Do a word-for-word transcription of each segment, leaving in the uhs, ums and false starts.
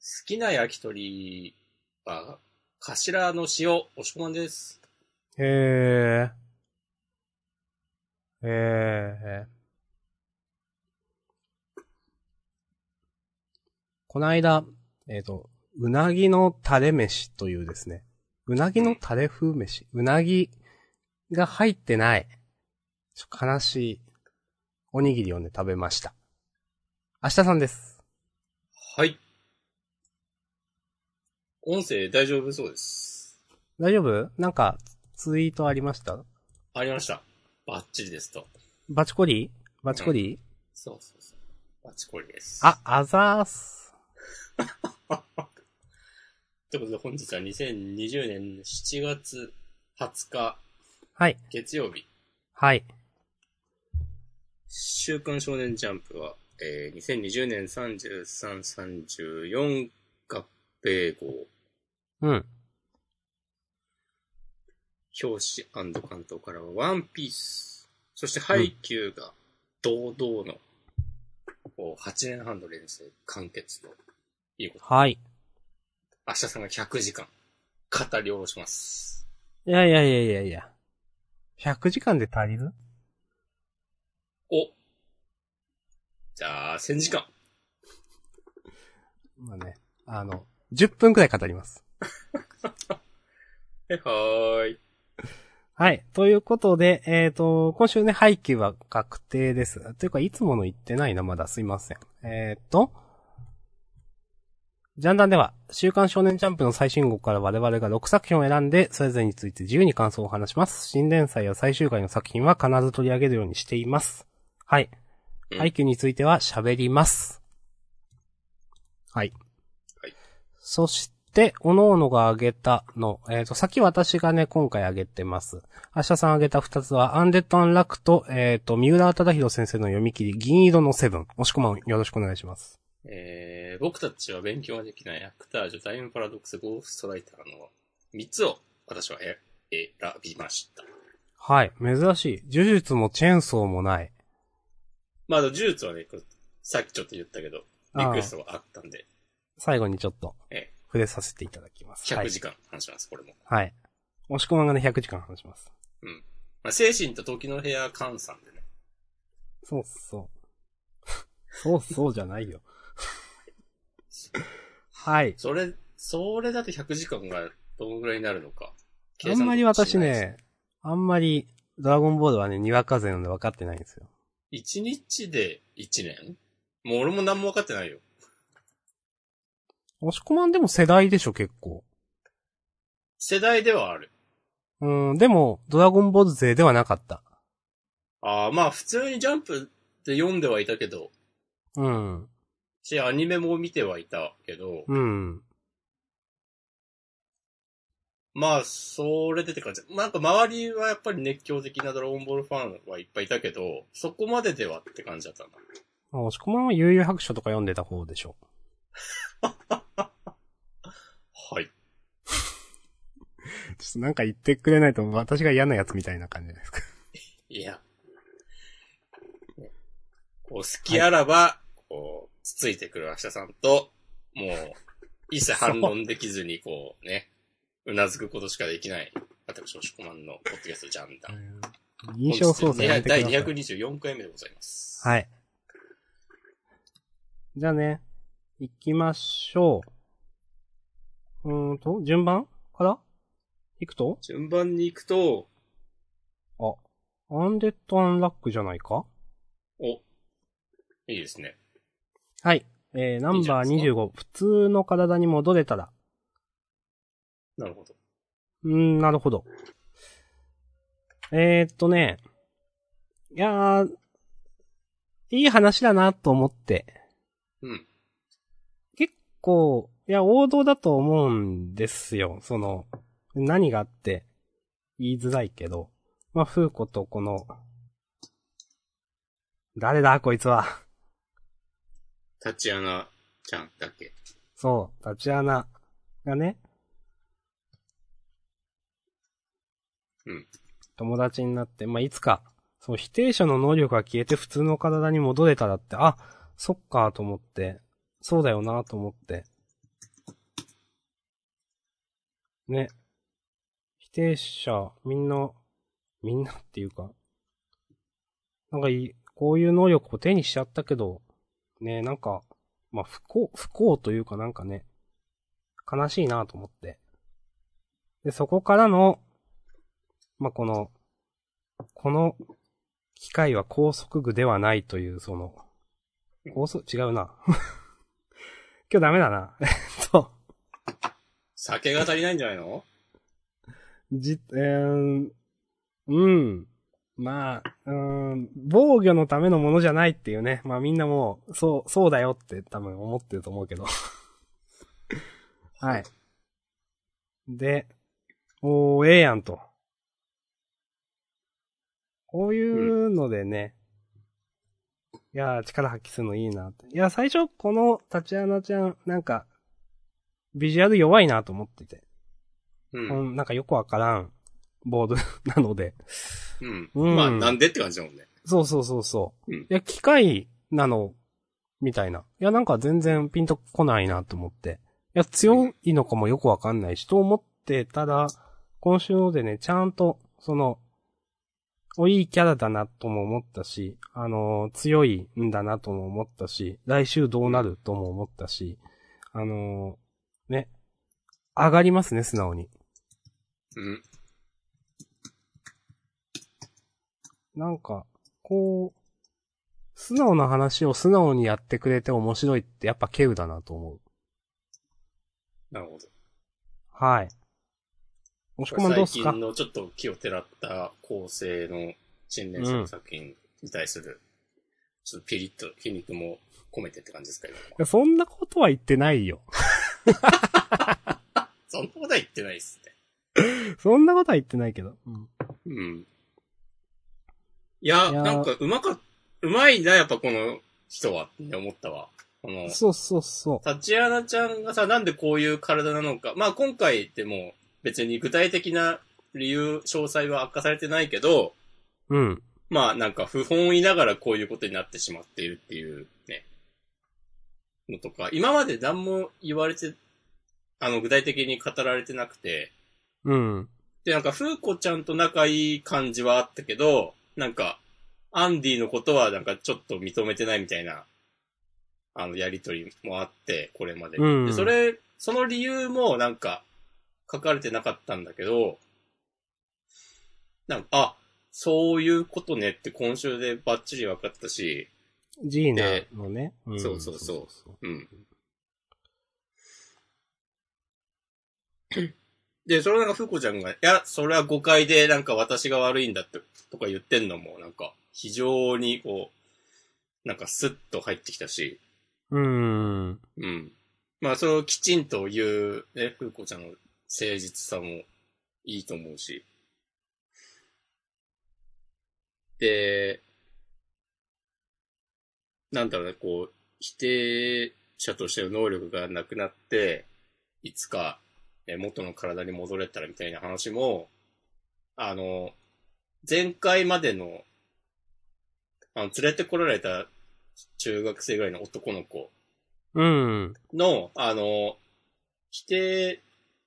きな焼き鳥は、頭の塩、おしこまんです。 へー。へー。この間、えっと、うなぎのタレ飯というですね。うなぎのタレ風飯。うなぎが入ってない。ちょっと悲しいおにぎりをね、食べました。明日さんです。 はい。音声大丈夫そうです。 大丈夫？なんか、ツイートありました？ ありました。バッチリですと。 バチコリバチコリ、 うん、そうそうそう。バチコリです。 あ、あざーす。 ということで本日はにせんにじゅうねんしちがつはつか。 はい。 月曜日。 はい。 週刊少年ジャンプは、えー、にせんにじゅうねんさんじゅうさん、さんじゅうよん合併号。 うん。 表紙&関東からはワンピース。そしてハイキューが堂々の、うん、はちねんはんの連載完結ということで。 はい。 明日さんがひゃくじかん語り下ろします。 いやいやいやいやいや。ひゃくじかんで足りる？ お。じゃあ、せんじかん。 まあね、あの、じゅっぷんくらい語ります。 はいはーい。 はい。ということで、えっと、今週ね、配給は確定です。というか、いつもの言ってないな、まだすいません。えっと、ジャンダンでは、週刊少年ジャンプの最新号から我々がろくさくひんを選んで、それぞれについて自由に感想を話します。新連載や最終回の作品は必ず取り上げるようにしています。はい。配給については喋ります。はい。 はい。 そして、各々が挙げたの、えっと、さっき私がね、今回挙げてます。明日さん挙げた二つは、アンデッド・アンラックと、えっと、三浦忠宏先生の読み切り、銀色のセブン。押し込まん、よろしくお願いします。 えー、僕たちは勉強ができないアクタージュ、タイムパラドックス、ゴーストライターのみっつを私は選びました。 はい、珍しい。呪術もチェーンソーもない。 まあ、呪術はね、さっきちょっと言ったけど、リクエストがあったんで。 最後にちょっと、 ええ、 触れさせていただきます。 ひゃくじかん話します、はい、これも。 はい。押し込まんがね、ひゃくじかん話します。 うん。まあ、精神と時の部屋換算でね。 そうそう。そうそうじゃないよ。はい。 それ、それだとひゃくじかんがどのぐらいになるのか。 あんまり私ね、あんまりドラゴンボールはね、にわか勢なので分かってないんですよ。 いちにちでいちねん？もう俺も何も分かってないよ。 押し込まんでも世代でしょ、結構。 世代ではある。 うん、でも、ドラゴンボール勢ではなかった。 ああ、まあ普通にジャンプで読んではいたけど。 うん。 し、アニメも見てはいたけど。 うん。 まあ、それでてか、なんか周りはやっぱり熱狂的なドラゴンボールファンはいっぱいいたけど、そこまでではって感じだったんだ。 まあ、押し込まんは悠々白書とか読んでた方でしょ。 はい。 ちょっとなんか言ってくれないと私が嫌なやつみたいな感じですか。 いや。こう好きあらば、はい、こう、つついてくる明日さんと、もう、一切反論できずにこうね、うなずくことしかできない、私、押し込まんのポッドキャストジャンダン。 印象操作やめてください。 だいにひゃくにじゅうよんかいめでございます。 はい。じゃあね、行きましょう。うーんと、順番から行くと順番に行くと、 あ、アンデッド・アンラックじゃないか？ お、いいですね。 はい。えー、ナンバーにじゅうご、普通の体に戻れたら。 なるほど。 うーん、なるほど。えー、っとね、いやー、いい話だなと思って。 うん。 結構、いや、王道だと思うんですよ。その、何があって言いづらいけど。まあ、フーコとこの、誰だこいつは。 タチアナちゃんだっけ？ そう、タチアナがね。 うん。 友達になって、まあ、いつか、その否定者の能力が消えて普通の体に戻れたらって、あ、そっかと思って、そうだよなと思って。 ね。否定者、みんな、みんなっていうか、なんかいい、こういう能力を手にしちゃったけど、ね、なんか、まあ不幸、不幸というかなんかね、悲しいなと思って。で、そこからの、まあこの、この機械は高速具ではないという、その、高速、違うな。今日ダメだな。えっと、 酒が足りないんじゃないの？ じ、えー、うん。まあ、うーん、防御のためのものじゃないっていうね。まあみんなもう、そう、そうだよって多分思ってると思うけど。はい。で、おー、ええやんと。こういうのでね、いやー、力発揮するのいいなって。いや、最初、この、タチアナちゃん、なんか、ビジュアル弱いなと思ってて。 う。 うんん、なんかよくわからん、ボードなので。 うん。 うん。 まあ、なんでって感じだもんね。 そうそうそうそう。 うん。 いや、機械なの、みたいな。いや、なんか全然ピンとこないなと思って。いや、強いのかもよくわかんないし、と思ってたら、今週のでね、ちゃんと、その、お、いいキャラだなとも思ったし、あのー強いんだなとも思ったし、来週どうなるとも思ったし、あのーね、上がりますね、素直に。 うん。 なんか、こう、素直な話を素直にやってくれて面白いってやっぱケウだなと思う。 なるほど。 はい。もしこまんどうすか？ 最近のちょっと気をてらった構成の新年作作品に対する、ちょっとピリッと皮肉も込めてって感じですか、今いや、そんなことは言ってないよ。 そんなことは言ってないっすね。 そんなことは言ってないけど。うん。 うん。いや、 いやなんか、うまか、うまいな、やっぱこの人はって思ったわ。この、 そうそうそタチアナちゃんがさ、なんでこういう体なのか。まあ今回でも別に具体的な理由、詳細は明かされてないけど、 う。うん。 まあなんか不本意ながらこういうことになってしまっているっていうね、のとか、今まで何も言われて、あの具体的に語られてなくて、 うん。 でなんかフーコちゃんと仲いい感じはあったけど、なんか、アンディのことはなんかちょっと認めてないみたいな、あのやりとりもあって、これまで。 うん。 で、それ、その理由もなんか書かれてなかったんだけど、なんか、あ、そういうことねって今週でバッチリ分かったし、 ジーナのね。 ん、そうそうそう。うん。で、それなんかフーコちゃんが、いや、それは誤解でなんか私が悪いんだって、とか言ってんのも、なんか、非常にこう、なんかスッと入ってきたし、 うーん。 うん。まあ、それをきちんと言う、ね、ふうこちゃんの誠実さもいいと思うし。で、なんだろうね、こう、否定者としての能力がなくなって、いつか、ね、元の体に戻れたらみたいな話も、あの、前回までの、あの、連れてこられた中学生ぐらいの男の子うん。 の、あの、否定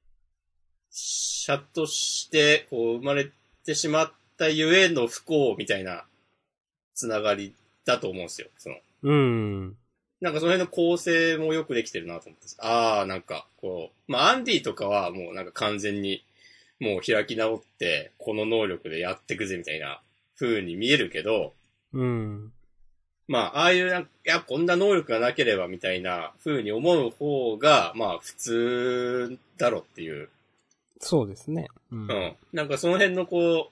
者として、こう、生まれてしまったゆえの不幸みたいなつながりだと思うんですよ。その、 うん。 なんかその辺の構成もよくできてるなと思って。ああ、なんか、こう、まあ、アンディとかはもうなんか完全に、もう開き直って、この能力でやってくぜみたいな風に見えるけど、 うん。 まあ、ああいうなんか、いや、こんな能力がなければみたいな風に思う方が、まあ、普通だろっていう。 そうですね。ううんん。なんかその辺のこう、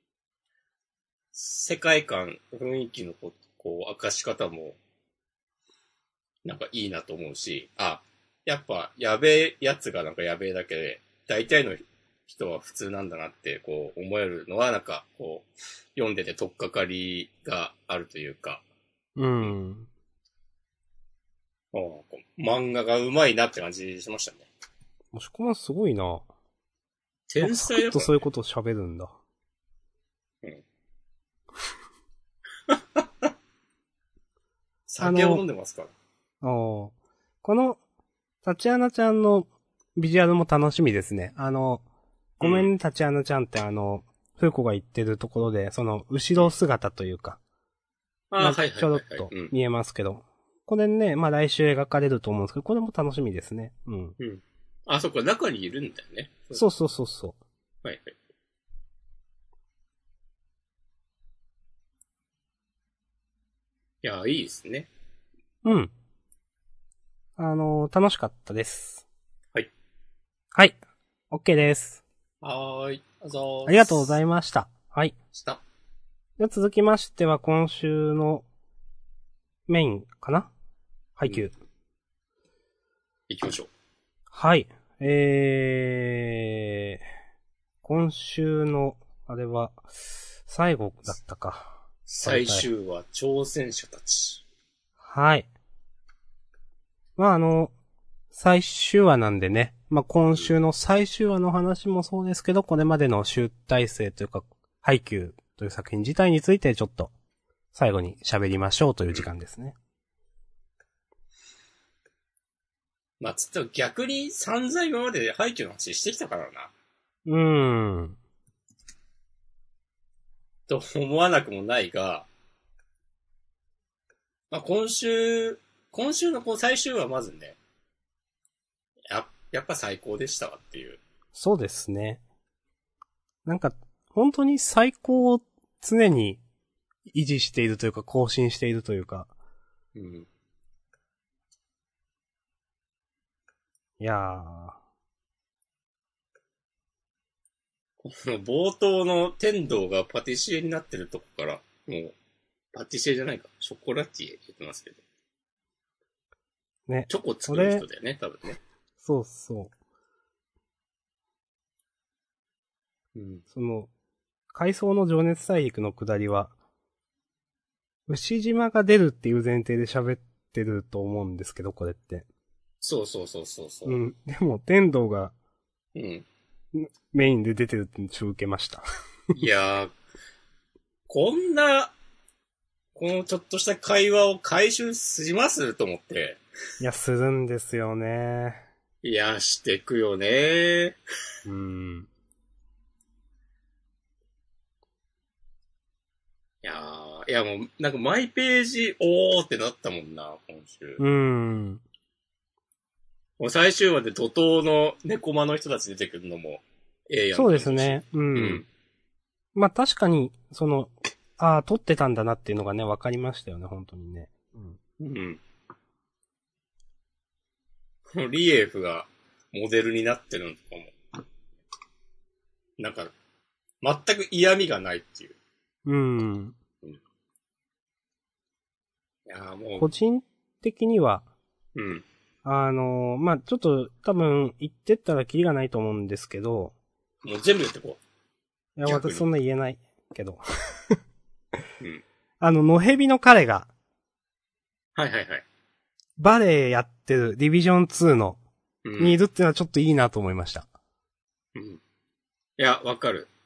世界観、雰囲気のこう、こう明かし方も、なんかいいなと思うし、あ、やっぱ、やべえやつがなんかやべえだけで、大体の人は普通なんだなって、こう、思えるのは、なんか、こう、読んでて取っかかりがあるというか、 うん。 うん、漫画が上手いなって感じしましたね。 もしこまんすごいな。 天サクッ才だからね。 とそういうことを喋るんだ。 うん。酒を飲んでますから。 ああ。この、タチアナちゃんのビジュアルも楽しみですね。あの、ごめんね、タチアナちゃんってあの、フーコが言ってるところで、その、後ろ姿というか、 ああ、 まあ、 はいはいちょろっはいはい。うん。 と見えますけど、これね、まあ来週描かれると思うんですけど、これも楽しみですね。うん。 うん。あ、そっか、中にいるんだよね。 そうそうそうそはいはい。いや、いいですね。 う。うん。あのー楽しかったです。 はい。 はい。OK です。 はーい。あざーす。 ありがとうございまました。はい。 した。 では続きましては、今週のメインかな配給、 うん行きましょう。 はい。えー、今週の、あれは、最後だったか。 最終話、挑戦者たち。 はい。まあ、あの、最終話なんでね。まあ、今週の最終話の話もそうですけど、これまでの集大成というか、配給という作品自体についてちょっと、最後に喋りましょうという時間ですね。 まあ、つっても逆に散々今まで廃墟の話してきたからな。 うーん。 と思わなくもないが、まあ、今週、今週のこの最終話まずね、や、やっぱ最高でしたわっていう。 そうですね。なんか、本当に最高を常に維持しているというか、更新しているというか。 うん。 いやー。 この冒頭の天童がパティシエになってるとこから、もう、パティシエじゃないか、ショコラティエ言ってますけど。 ね。 チョコ作る人だよね、多分ね。 そうそう。 うん。 その、海藻の情熱大陸の下りは、牛島が出るっていう前提で喋ってると思うんですけど、これって。 そうそうそうそうそう。 うん。でも、天童がうん。 メインで出てるってちょっと受けました。 いやー、こんな、このちょっとした会話を回収しますと思って。 いや、するんですよね。 いや、してくよね。 うん。 いやー、いやもう、なんかマイページ、おーってなったもんな、今週。 うん。 もう最終話で怒涛の猫間の人たち出てくるのも、ええやん。 そうですね。うん。 うん。 まあ確かに、その、ああ、撮ってたんだなっていうのがね、わかりましたよね、本当にね。うん。 うん。このリエフがモデルになってるのとかも、なんか、全く嫌味がないっていう。 うん。 うん、いやーもう。 個人的には、 うん。 あのー、まあ、ちょっと多分言ってったらキリがないと思うんですけど、 もう全部言ってこいや、私そんな言えないけど。 う。うん。 あの、野蛇の彼が、 はいはいはい。 バレエやってるディビジョンツーの、 うん、 にいるっていうのはちょっといいなと思いました。 うん。いや、わかる。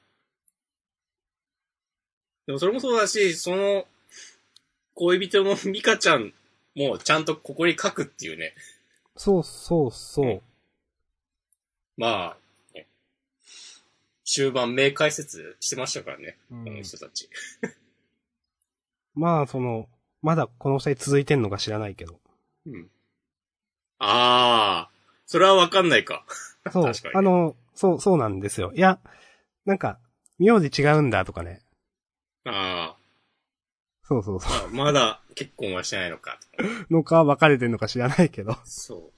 でもそれもそうだし、その、恋人のミカちゃんもちゃんとここに書くっていうね。 そうそうそう。うん、 まあ、ね、終盤名解説してましたからね、うん、この人たち。 まあ、その、まだこの二人続いてんのか知らないけど。 うん。ああ、それはわかんないか。 そう、確かに、ね、あの、そう、そうなんですよ。いや、なんか、名字違うんだとかね。 ああ。 そうそうそう。 まだ結婚はしてないのか。 のか別れてんのか知らないけど。 そう。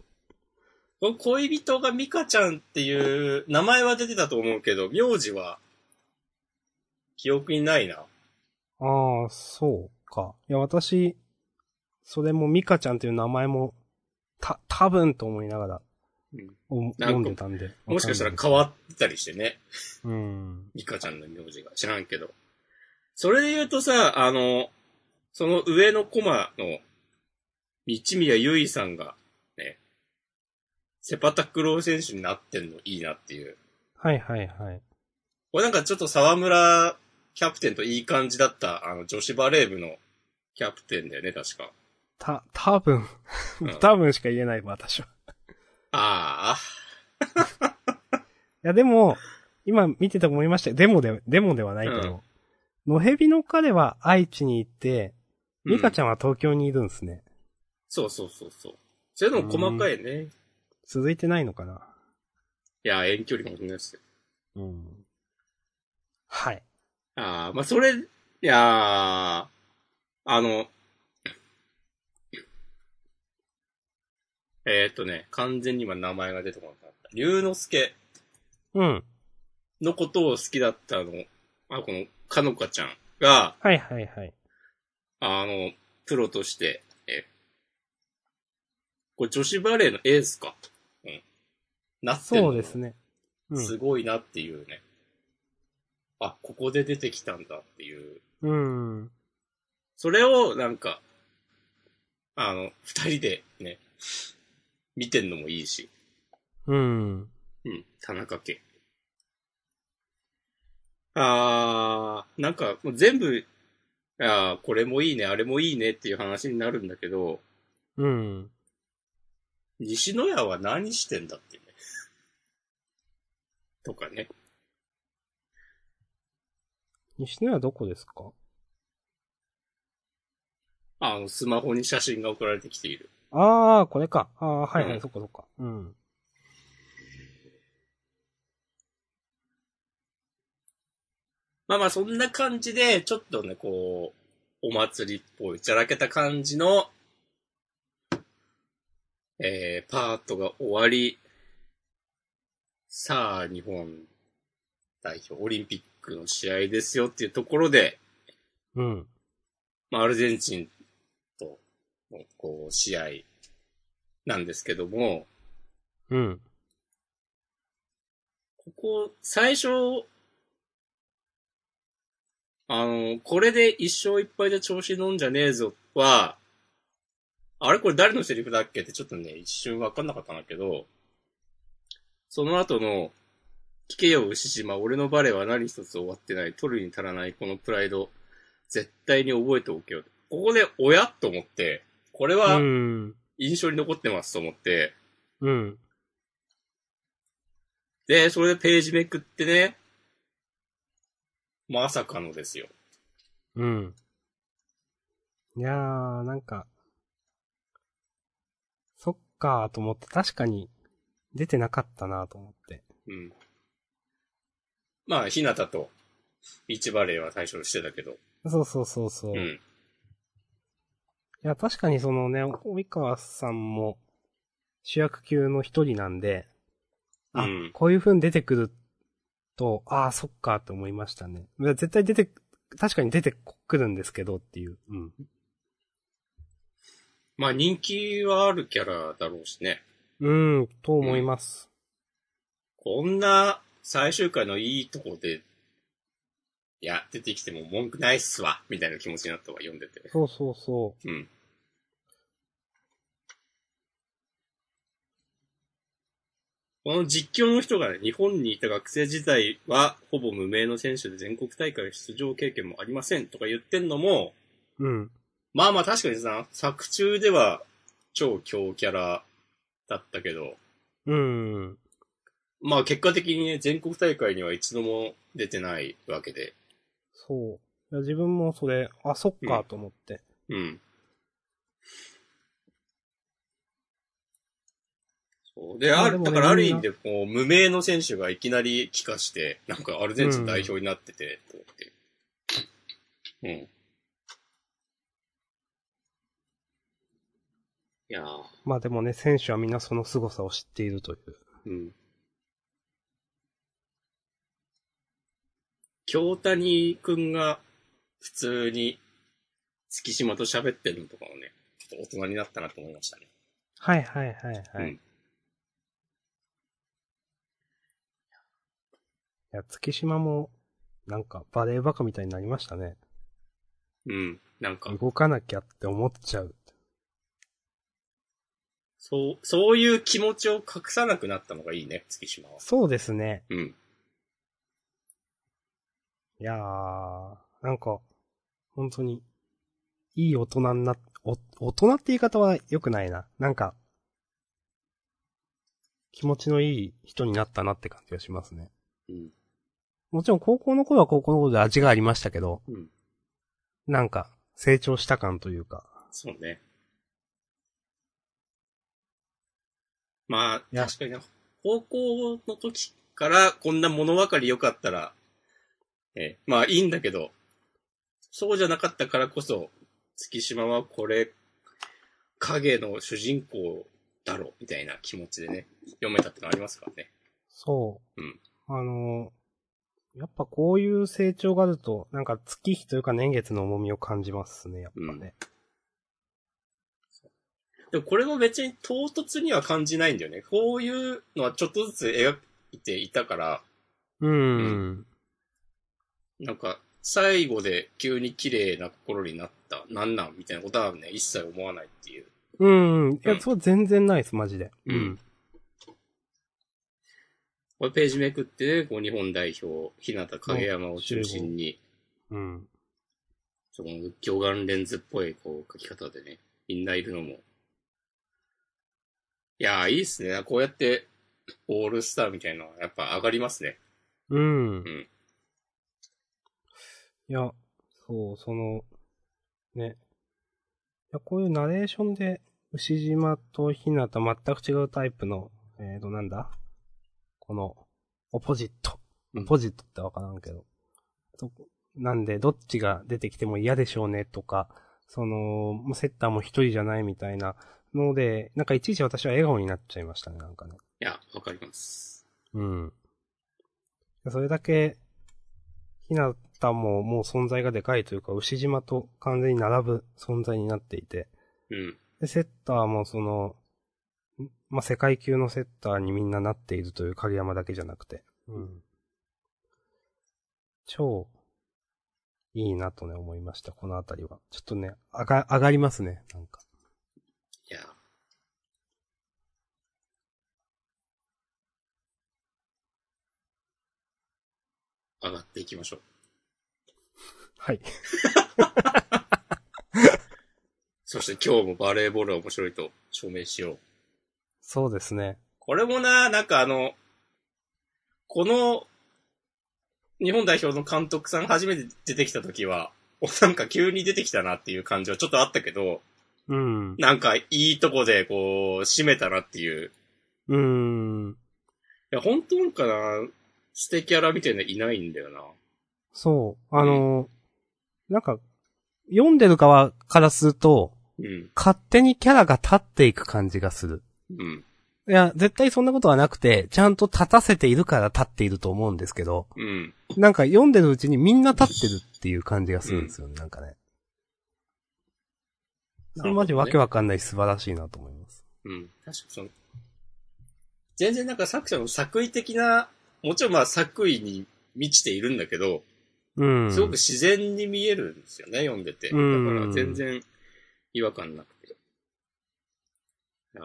恋人がミカちゃんっていう名前は出てたと思うけど、名字は記憶にないな。 ああ、そうか。いや、私、それもミカちゃんっていう名前も、た、多分と思いながら、うん、読んでたんで。 もしかしたら変わってたりしてね。 うん。 ミカちゃんの名字が。知らんけど。それで言うとさ、あの、その上のコマの、道宮ゆいさんが、ね、セパタクロー選手になってんのいいなっていう。 はいはいはい。 これなんかちょっと沢村キャプテンといい感じだった、あの、女子バレー部のキャプテンだよね、確か。 た、多分多分しか言えないわ、私は。 ああ。 やでも、今見てて思いましたよ。デモで、デモではないけど。のへびの彼は愛知に行って、ミカちゃんは東京にいるんですね。 そうそうそうそう。そういうのも細かいね。 続いてないのかな。 いや、遠距離かもしれないですよ。 うん。はい。 ああ、まあ、それ、いやー、あの、えーっとね、完全に今名前が出てこなかった。龍之介うん。 のことを好きだったの、あ、この、かのかちゃんが、 はいはいはい。 あの、プロとして、え、これ女子バレーのエースか。うん。なってんのも、 そうですね。うん。 すごいなっていうね。あ、ここで出てきたんだっていう。 うん。 それを、なんか、あの、二人でね、見てんのもいいし。 うん。 うん、田中家。あー、なんか、もう全部、あー、これもいいね、あれもいいねっていう話になるんだけど、 うん。 西野屋は何してんだってね。とかね。 西野はどこですか？ あの、スマホに写真が送られてきている。 ああ、これか。ああ、はいはい、 うん。 そっかそっか。うん。 まあまあ、そんな感じで、ちょっとね、こう、お祭りっぽい、じゃらけた感じの、えー、パートが終わり、さあ、日本代表、オリンピックの試合ですよっていうところで、 うん。 まあ、アルゼンチンとの、こう、試合なんですけども、 うん。 ここ、最初、あの、これで一勝一敗で調子乗んじゃねえぞは、あれこれ誰のセリフだっけってちょっとね、一瞬わかんなかったんだけど、その後の、聞けよ牛島、俺のバレーは何一つ終わってない、取るに足らないこのプライド、絶対に覚えておけよ。ここで、おやと思って、これうはん。 印象に残ってますと思って、 うん。 で、それでページめくってね、まさかのですよ。 うん。いやー、なんか、そっかーと思って、確かに出てなかったなと思って。 うん。まあ、ひなたとビーチバレーは対象してたけど。 そうそうそうそう。いうん。 や、確かにそのね、及川さんも主役級の一人なんで、あ、 うん。 こういう風に出てくると、ああ、そっかって思いましたね。いや絶対出て、確かに出てくるんですけどっていう。うん。 まあ、人気はあるキャラだろうしね。 うん、と思いうん。 ます。 こんな最終回のいいとこで、いや、出てきても文句ないっすわ、みたいな気持ちになったわ、読んでて。 そうそうそうん。この実況の人がね、日本にいた学生時代はほぼ無名の選手で全国大会出場経験もありませんとか言ってんのも、 う。うん。 まあまあ確かにさ、作中では超強キャラだったけど、 うん。 まあ結果的にね、全国大会には一度も出てないわけで。 そう。いや自分もそれ、あ、そっうん。 かと思って。 うん。そうで、ある、 まあでもね、 だからみんな、 ある意味でこう、無名の選手がいきなり帰化して、なんかアルゼンチン代うん。 表になってて、と思って。うん。いやー、 まあでもね、選手はみんなその凄さを知っているという。 うん。京谷くんが普通に月島と喋ってるのとかもね、ちょっと大人になったなと思いましたね。 はいはいはいはい。 うん。 いや、月島も、なんか、バレエバカみたいになりましたね。 うん。なんか、 動かなきゃって思っちゃう。 そう、そういう気持ちを隠さなくなったのがいいね、月島は。 そうですね。 うん。 いやー、なんか、本当に、いい大人になっ、お、大人って言い方は良くないな。なんか、 気持ちのいい人になったなって感じがしますね。 うん。 もちろん高校の頃は高校の頃で味がありましたけど、 うん。 なんか成長した感というか。 そうね。まあ、確かにね、高校の時からこんな物分かり良かったら、えー、まあいいんだけど、そうじゃなかったからこそ、月島はこれ、影の主人公だろ、みたいな気持ちでね、読めたってのありますからね。 そう。 うん。あの、やっぱこういう成長があると、なんか月日というか年月の重みを感じますね、やっぱね。 うん、でもこれも別に唐突には感じないんだよね。こういうのはちょっとずつ描いていたから、 うーん。うん、 なんか、最後で急に綺麗な心になった、なんなんみたいなことはね、一切思わないっていう。 うん。いや、うん、そう全然ないです、マジで。 うん。うん、これページめくって、こう日本代表、日向影山を中心に、 うん。 その魚眼レンズっぽいこう書き方でね、みんないるのも。いやー、いいっすね。こうやって、オールスターみたいなのはやっぱ上がりますね。 うん。 うん。 いや、そう、その、ね。いや、こういうナレーションで、牛島と日向全く違うタイプの、えーと、なんだこの、オポジット。オポジットってわからんけど。うん、なんで、どっちが出てきても嫌でしょうねとか、その、セッターも一人じゃないみたいなので、なんかいちいち私は笑顔になっちゃいましたね、なんかね。 いや、わかります。 うん。それだけ、ひなたももう存在がでかいというか、牛島と完全に並ぶ存在になっていて。 うん。 で、セッターもその、まあ、世界級のセッターにみんななっているという影山だけじゃなくて。うん。超、いいなとね、思いました、このあたりは。ちょっとね、上が、上がりますね、なんか。 いや。上がっていきましょう。 はい。 そして今日もバレーボールは面白いと証明しよう。 そうですね。 これもな、なんかあの、この、日本代表の監督さん初めて出てきた時は、なんか急に出てきたなっていう感じはちょっとあったけど、 うん。 なんかいいとこでこう、締めたなっていう。 うーん。 いや、本当なんかな、捨てキャラみたいないないんだよな。 そう。あの、うん、なんか、読んでる側からすると、 うん、 勝手にキャラが立っていく感じがする。 うん。 いや、絶対そんなことはなくて、ちゃんと立たせているから立っていると思うんですけど、 うん。 なんか読んでるうちにみんな立ってるっていう感じがするんですよね、うん、なんかね。それマジわけわかんない素晴らしいなと思います。 うん。確かその、全然なんか作者の作為的な、もちろんまあ作為に満ちているんだけど、 うん。 すごく自然に見えるんですよね、読んでて。だから全然違和感なくて。あ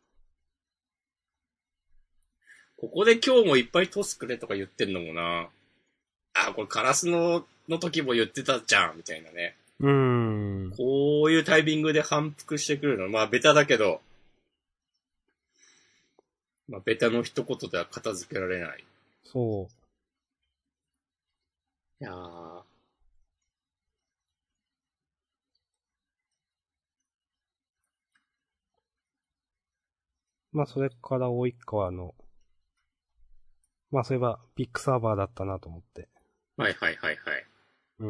ここで今日もいっぱいトスくれとか言ってんのもな。あ、これカラスのの時も言ってたじゃん、みたいなね。 うん。 こういうタイミングで反復してくるの。まあベタだけど、まあベタの一言では片付けられない。 そう。 いやー。 まあそれから及川の、まあそういえばビッグサーバーだったなと思って。 はいはいはいはい。 うん。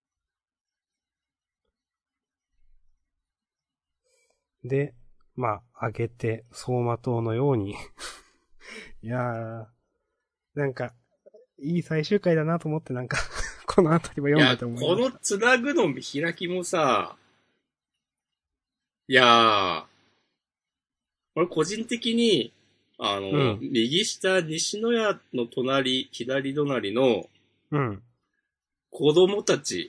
で、まあ、上げて、走馬灯のように。いやー、なんか、いい最終回だなと思って、なんか、このあたりは読んでて思いました。 いや、このつなぐの見開きもさ、いやー、俺個人的に、あの、うん、右下、西野屋の隣、左隣の、 うん。 子供たち。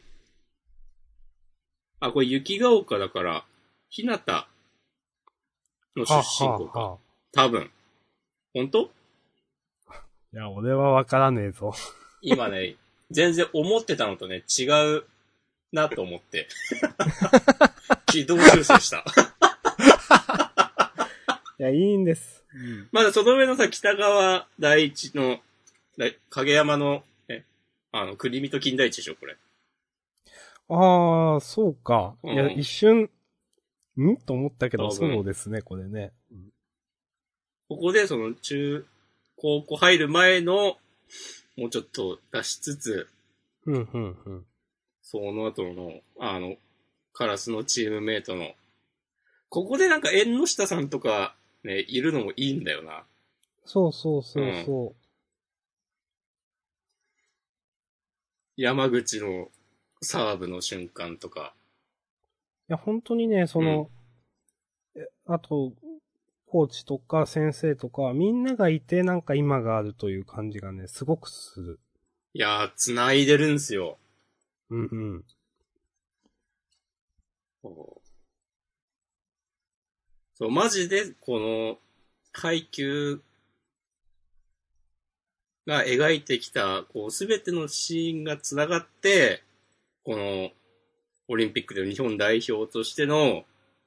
あ、これ雪が丘だから、ひなたの出身校か。はあはあ、多分。本当？ いや、俺はわからねえぞ。 今ね、全然思ってたのとね、違うなと思って。軌道修正した。 いや、いいんです。 うん、まだその上のさ、北川大一の、影山の、え、あの、栗見と金田一でしょ、これ。 ああ、そうか。 うん、 いや、一瞬、んと思ったけど、そうですね、これね。うん、 ここで、その、中、高校入る前の、もうちょっと出しつつ、 うん、うん、うん。 その後の、あの、カラスのチームメイトの、ここでなんか縁の下さんとか、ね、いるのもいいんだよな。 そうそうそうそう。うん、 山口のサーブの瞬間とか。 いや、本当にね、その、うん、えあと、コーチとか先生とか、みんながいてなんか今があるという感じがね、すごくする。 いやー、繋いでるんすよ。 うんうん。 そう、マジで、この、階級が描いてきた、こう、すべてのシーンが繋がって、この、オリンピックでの日本代表としての、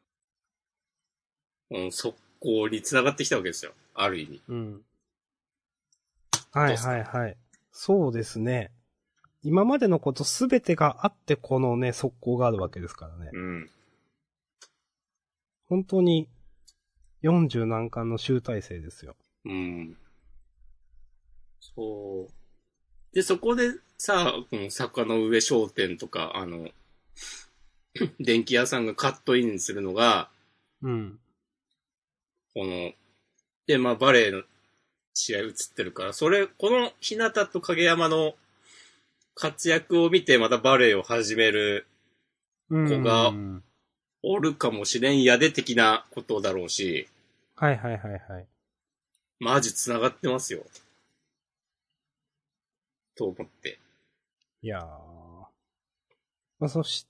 この速攻に繋がってきたわけですよ。ある意味。 うん。はいはいはい。そうですね。今までのことすべてがあってこのね、速攻があるわけですからね。 うん。 本当に、よんじゅう何巻の集大成ですよ。 うん。そう。で、そこでさ、この坂の上商店とか、あの、電気屋さんがカットインするのが、 うん。 この、で、まあバレーの試合映ってるから、それ、この日向と影山の活躍を見てまたバレーを始める子がおるかもしれんやで的なことだろうし、 はいはいはいはい。 マジ繋がってますよ。と思って。 いやー。まあ、そして、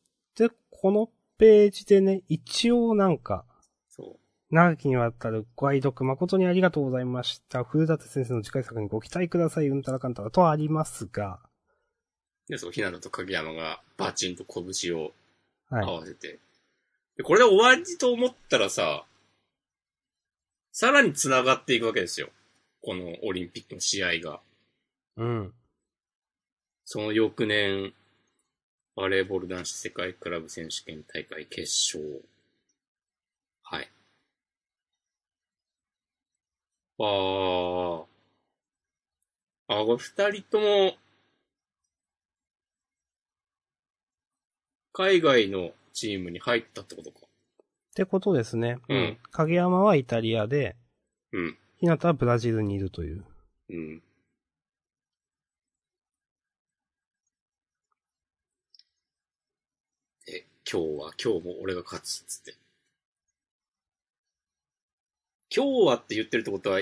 このページでね、一応なんか、 そう。 長きにわたるご愛読誠にありがとうございました。古舘先生の次回作にご期待ください。うんたらかんたらとありますが。 で、そう、ひなたと影山がバチンと拳をはい。 合わせて。で、これで終わりと思ったらさ、さらに繋がっていくわけですよ。このオリンピックの試合が。 うん。 その翌年、バレーボール男子世界クラブ選手権大会決勝。はい。あー。あ、これ二人とも、海外のチームに入ったってことか。 ってことですね。 うん。 影山はイタリアで、 うん。 日向はブラジルにいるという。 うん。え、今日は、今日も俺が勝つっつって。今日はって言ってるってことは、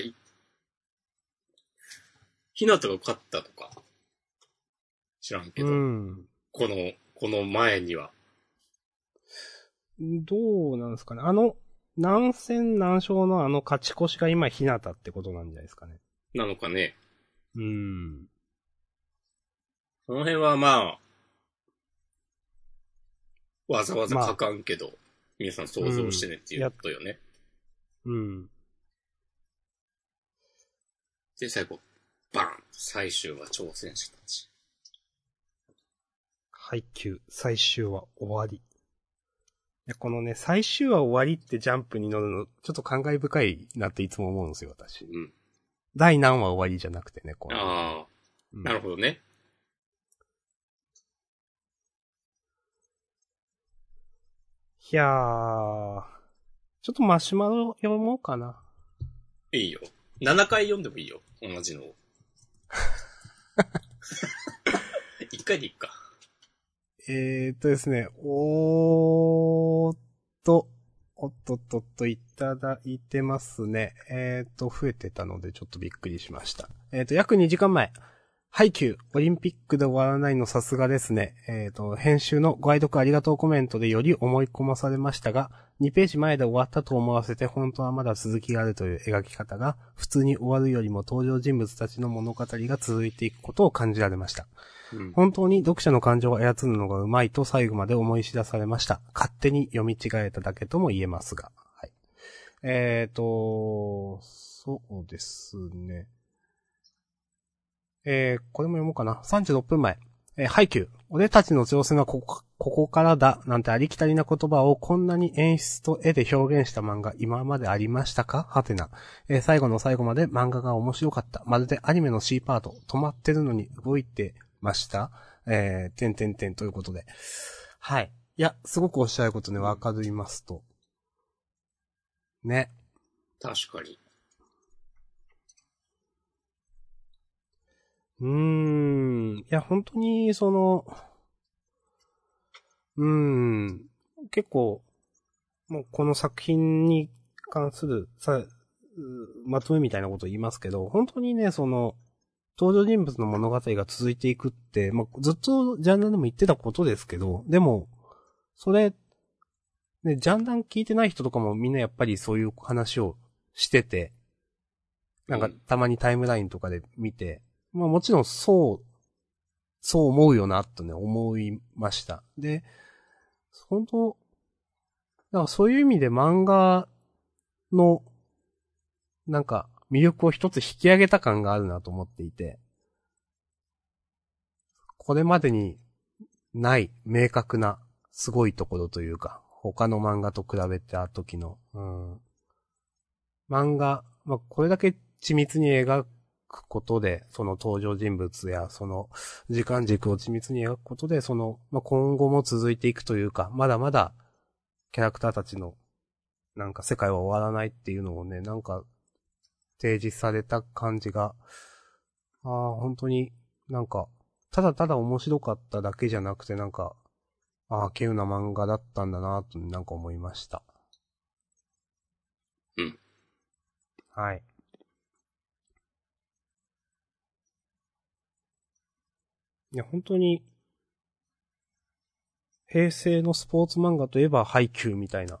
ひなたが勝ったとか。知らんけど。 うん。 この、この前には。 どうなんですかね。あの、何戦何勝のあの勝ち越しが今ひなたってことなんじゃないですかね。 なのかね。 うん。 この辺はまあ、わざわざ書かんけど、まあ、皆さん想像してねっていうことよね。 うん。 で、最後、バーン最終は挑戦者たち。 配給、最終は終わり。いや、このね、最終は終わりってジャンプに乗るの、ちょっと感慨深いなっていつも思うんですよ、私。 うん。 第何話終わりじゃなくてね、こう。 ああ、うん、なるほどね。 いやー、ちょっとマシュマロ読もうかな。 いいよ。ななかい読んでもいいよ、同じのを。いっかいでいいか。 えーっとですね、おーっと、おっとっとっといただいてますね。えーっと、増えてたのでちょっとびっくりしました。えーっと、約にじかんまえ。ハイキュー、オリンピックで終わらないのさすがですね。えっと、編集のご愛読ありがとうコメントでより思い込まされましたが、にページ前で終わったと思わせて本当はまだ続きがあるという描き方が、普通に終わるよりも登場人物たちの物語が続いていくことを感じられました。うん、本当に読者の感情を操るのがうまいと最後まで思い知らされました。勝手に読み違えただけとも言えますが。はい。 えっ、ー、と、そうですね。えー、これも読もうかな。さんじゅうろっぷんまえ。えー、ハイキュー。俺たちの挑戦はここ、ここからだ。なんてありきたりな言葉をこんなに演出と絵で表現した漫画、今までありましたかはてな。えー、最後の最後まで漫画が面白かった。まるでアニメの C パート。止まってるのに動いてました。えー、てんてんてんということで。はい。いや、すごくおっしゃることね、わかりますと。ね。 確かに。 うーん。いや、本当に、その、うーん。結構、もうこの作品に関するさ、うまとめみたいなことを言いますけど、本当にね、その、登場人物の物語が続いていくって、まあ、ずっとジャンダンでも言ってたことですけど、でも、それ、ね、ジャンダン聞いてない人とかもみんなやっぱりそういう話をしてて、なんかたまにタイムラインとかで見て、まあもちろんそう、そう思うよな、とね、思いました。で、本当だからそういう意味で漫画の、なんか、魅力を一つ引き上げた感があるなと思っていて、これまでにない明確なすごいところというか、他の漫画と比べた時の、うん。漫画、まあ、これだけ緻密に描くことで、その登場人物やその時間軸を緻密に描くことで、その、まあ、今後も続いていくというか、まだまだキャラクターたちのなんか世界は終わらないっていうのをね、なんか提示された感じが、ああ、本当になんか、ただただ面白かっただけじゃなくてなんか、ああ、稀有な漫画だったんだなとなんか思いました。 うん。 はい。いや、本当に、平成のスポーツ漫画といえばハイキューみたいな。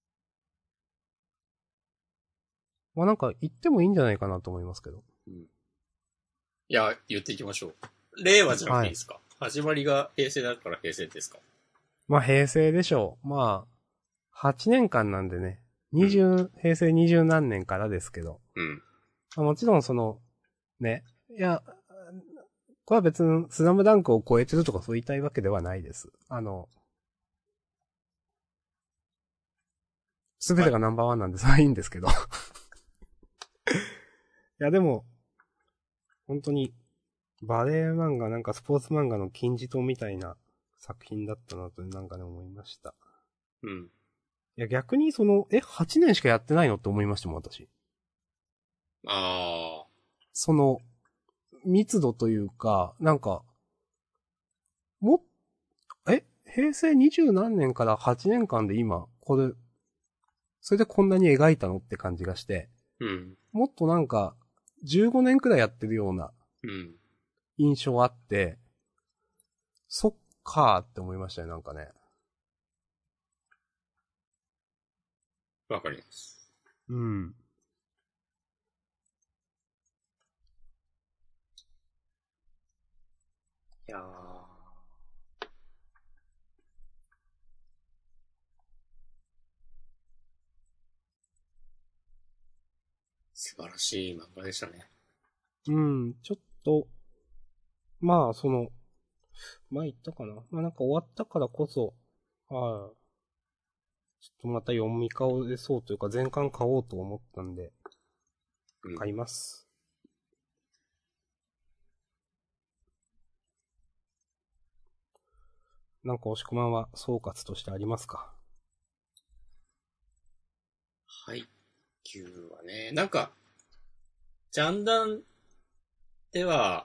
まあなんか言ってもいいんじゃないかなと思いますけど。 うん、いや、言っていきましょう。令和じゃなくていいですか、はい、始まりが平成だから平成ですか？ まあ平成でしょう。まあ、はちねんかんなんでね。二十、うん、平成二十何年からですけど。 うん。 まあ、もちろんその、ね。いや、これは別にスラムダンクを超えてるとかそう言いたいわけではないです。あの、すべてがナンバーワンなんで、それはいいんですけど。いや、でも、本当に、バレエ漫画、なんかスポーツ漫画の金字塔みたいな作品だったなと、なんかね、思いました。 うん。 いや、逆にその、え、はちねんしかやってないのって思いましたもん、私。 ああ。 その、密度というか、なんか、も、え、平成二十何年からはちねんかんで今、これ、それでこんなに描いたのって感じがして、 うん。 もっとなんか、じゅうごねんくらいやってるような、印象あって、うん、そっかーって思いましたね、なんかね。 わかります。 うん。 いやー。素晴らしい漫画でしたね。 うん、ちょっと、まあ、その、前言ったかな。まあなんか終わったからこそ、はい。ちょっとまた読み返そうというか、全巻買おうと思ったんで、買います。うん、なんか押し込まんは総括としてありますか？ はい。きゅうはね、なんか、ジャンダンでは、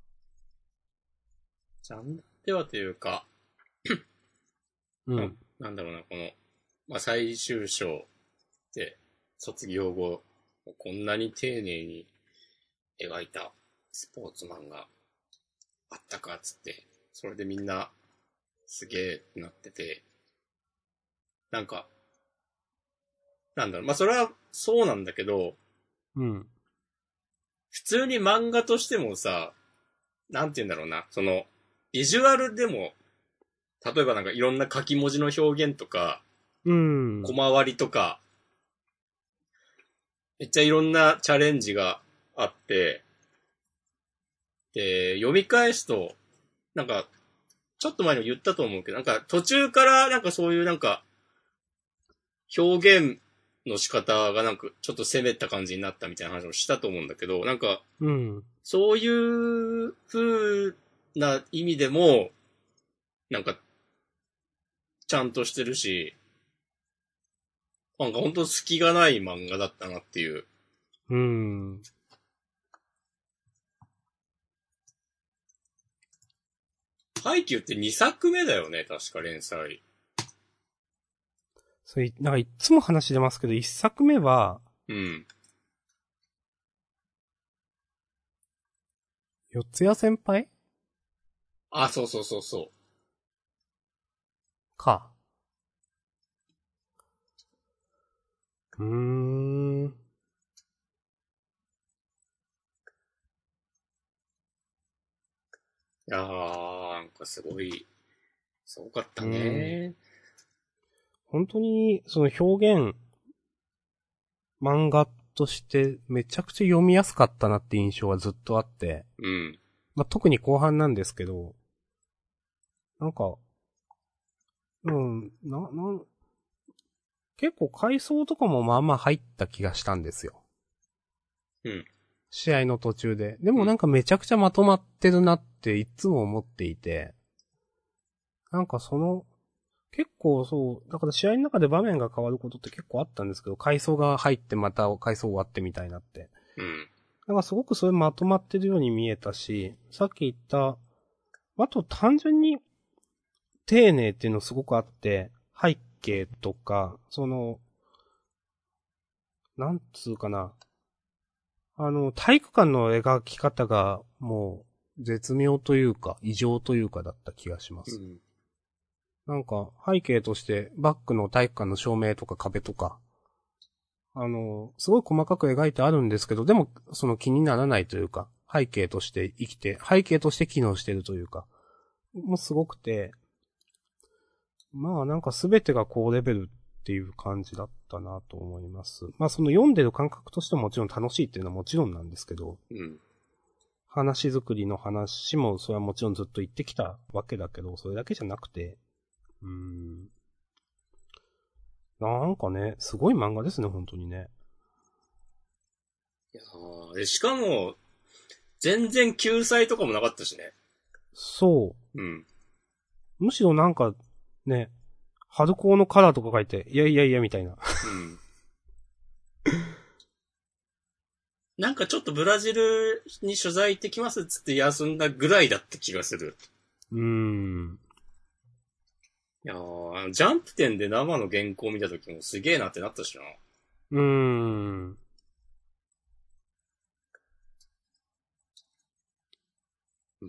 ジャンダンではというか、うん、なんだろうな、この、まあ、最終章で卒業後、こんなに丁寧に描いたスポーツマンがあったかっつって、それでみんなすげえってなってて、なんか、なんだろう、まあ、それはそうなんだけど、 うん。 普通に漫画としてもさ、なんて言うんだろうな、その、ビジュアルでも、例えばなんかいろんな書き文字の表現とか、 うん。 小回りとか、 めっちゃいろんなチャレンジがあって、で、読み返すと、なんか、ちょっと前にも言ったと思うけど、なんか途中からなんかそういうなんか、表現の仕方がなんかちょっと攻めた感じになったみたいな話をしたと思うんだけど、なんか、 うん。 そういう風な意味でも、なんか、ちゃんとしてるし、なんか本当隙がない漫画だったなっていう。 うん。 ハイキューってにさくめだよね、確か連載。 それ、なんかいつも話出ますけど、一作目は、 うん。 四谷先輩あ、そうそうそうそう。 か。うーん。 いやー、なんかすごい、すごかったうん。 ね。 本当に、その表現、漫画としてめちゃくちゃ読みやすかったなって印象はずっとあって、 うん。 まあ、特に後半なんですけど、なんか、うん、な、なん、結構回想とかもまあまあ入った気がしたんですよ。 うん。 試合の途中で。でうん。 もなんかめちゃくちゃまとまってるなっていつも思っていて、なんかその、結構そう、だから試合の中で場面が変わることって結構あったんですけど、回想が入ってまた回想終わってみたいなって。 うん。 なんかすごくそれまとまってるように見えたし、さっき言った、あと単純に丁寧っていうのすごくあって、背景とか、その、なんつうかな。あの、体育館の描き方がもう絶妙というか、異常というかだった気がします。 うん。 なんか背景としてバックの体育館の照明とか壁とか、あの、すごい細かく描いてあるんですけど、でもその気にならないというか、背景として生きて、背景として機能してるというか、もうすごくて、まあなんかすべてが高レベルっていう感じだったなと思います。まあその読んでる感覚としてももちろん楽しいっていうのはもちろんなんですけど、 うん。 話作りの話もそれはもちろんずっと言ってきたわけだけど、それだけじゃなくて、うーん。なんかね、すごい漫画ですね、本当にね。 いやーでしかも、全然救済とかもなかったしね。 そうん。 う。むしろなんか、ね、春高のカラーとか書いて、いやいやいやみたいな。 うん。なんかちょっとブラジルに取材行ってきますっつって休んだぐらいだった気がする。 うーん。 いやー、ジャンプ展で生の原稿見た時もすげえなってなったしな。 うーん。 うん。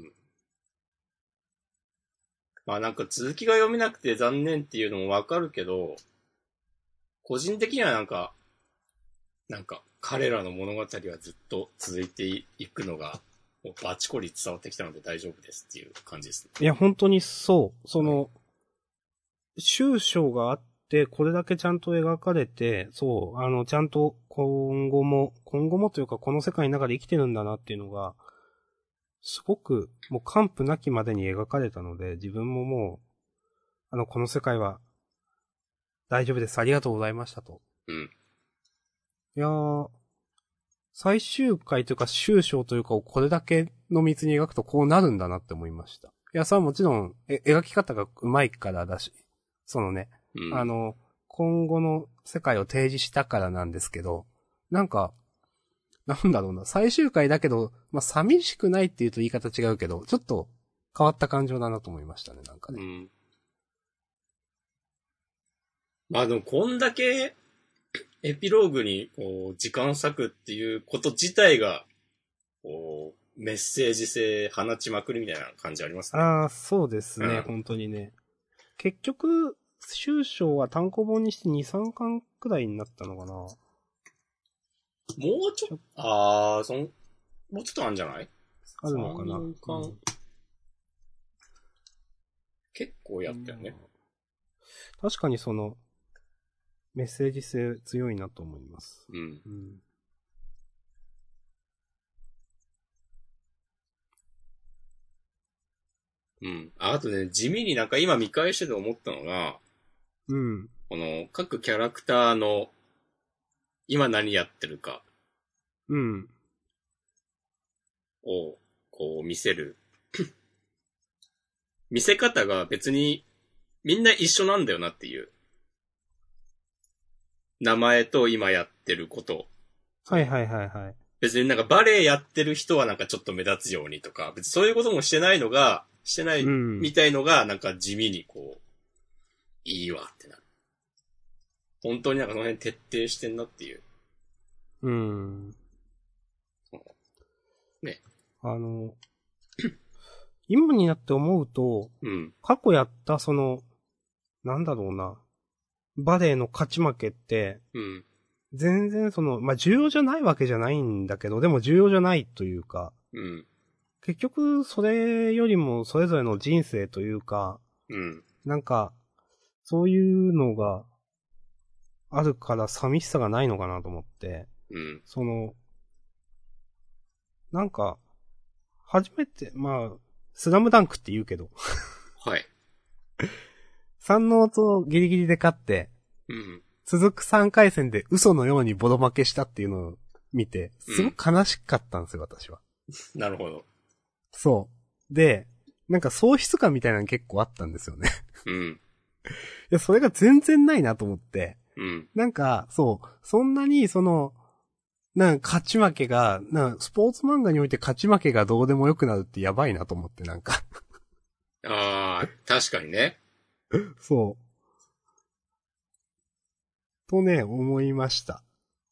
まあなんか続きが読めなくて残念っていうのもわかるけど、個人的にはなんか、なんか彼らの物語はずっと続いていくのが、もうバチコリ伝わってきたので大丈夫ですっていう感じですね。 いや、本当にそう。そうん。 の、終章があって、これだけちゃんと描かれて、そう、あの、ちゃんと今後も、今後もというかこの世界の中で生きてるんだなっていうのが、すごく、もう完膚なきまでに描かれたので、自分ももう、あの、この世界は大丈夫です。ありがとうございましたと。 うん。 いやー、最終回というか終章というかをこれだけの密に描くとこうなるんだなって思いました。いや、それはもちろん、え、描き方が上手いからだし、そのね、 うん。 あの、今後の世界を提示したからなんですけど、なんか、なんだろうな、最終回だけど、まあ、寂しくないって言うと言い方違うけど、ちょっと変わった感情だなと思いましたね、なんかね。 うん。まあでもこんだけエピローグにこう時間割くっていうこと自体が、こう、メッセージ性放ちまくりみたいな感じありますね。 ああ、そうですね、 うん。 本当にね。結局、終章は単行本にしてに、さんかんくらいになったのかな。 もうちょっと、 ちょあー、そん、もうちょっとあるんじゃない？ あるのさん、 かな。 よんかん。 うん。 結構やったよね。 まあ確かにその、メッセージ性強いなと思います。 うん。 うん。 うん。あ、あとね、地味になんか今見返してて思ったのが、 うん。 この各キャラクターの今何やってるかうん。 をこう見せる。見せ方が別にみんな一緒なんだよなっていう。名前と今やってること。 はいはいはいはい。 別になんかバレエやってる人はなんかちょっと目立つようにとか、別にそういうこともしてないのが、してないうん。 みたいのがなんか地味にこう、いいわってなる。本当になんかその辺徹底してんなっていう。 うん。 ね。 あの、今になって思うと、 うん。 過去やったその、なんだろうな、バレエの勝ち負けって、 うん。 全然その、まあ、重要じゃないわけじゃないんだけど、でも重要じゃないというか、 うん。 結局、それよりもそれぞれの人生というか、 うん。 なんか、そういうのがあるから寂しさがないのかなと思って、 うん。 その、なんか、初めて、まあ、スラムダンクって言うけど、 はい。 三能とギリギリで勝って、 うん。 続くさんかい戦で嘘のようにボロ負けしたっていうのを見て、すごうん。 く悲しかったんですよ、私は。 なるほど。 そう。で、なんか喪失感みたいなの結構あったんですよね。 うん。 いや、それが全然ないなと思って。 うん。 なんか、そう、そんなに、その、なんか勝ち負けが、なんかスポーツ漫画において勝ち負けがどうでもよくなるってやばいなと思って、なんかああ、確かにね。 そう。とね、思いました。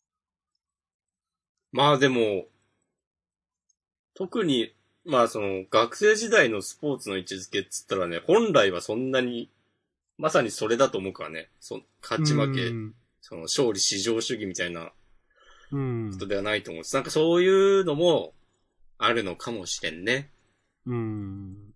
まあでも、特に、まあその、学生時代のスポーツの位置づけっつったらね、本来はそんなに、まさにそれだと思うからね。そ勝うーち負け、 ん。 その勝利至上主義みたいなうことん。 ではないと思うし、なんかそういうのもあるのかもしれんね。 うーん。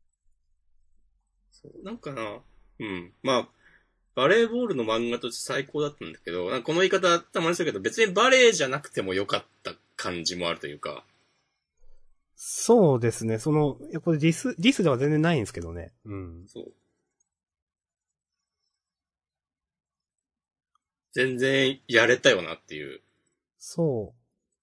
そうなんかな。うん。まあ、バレーボールの漫画として最高だったんだけど、なんかこの言い方たまにするけど、別にバレーじゃなくてもよかった感じもあるというか。 そうですね。その、いや、これディス、ディスでは全然ないんですけどね。うん。 そう。全然やれたよなっていう。 そ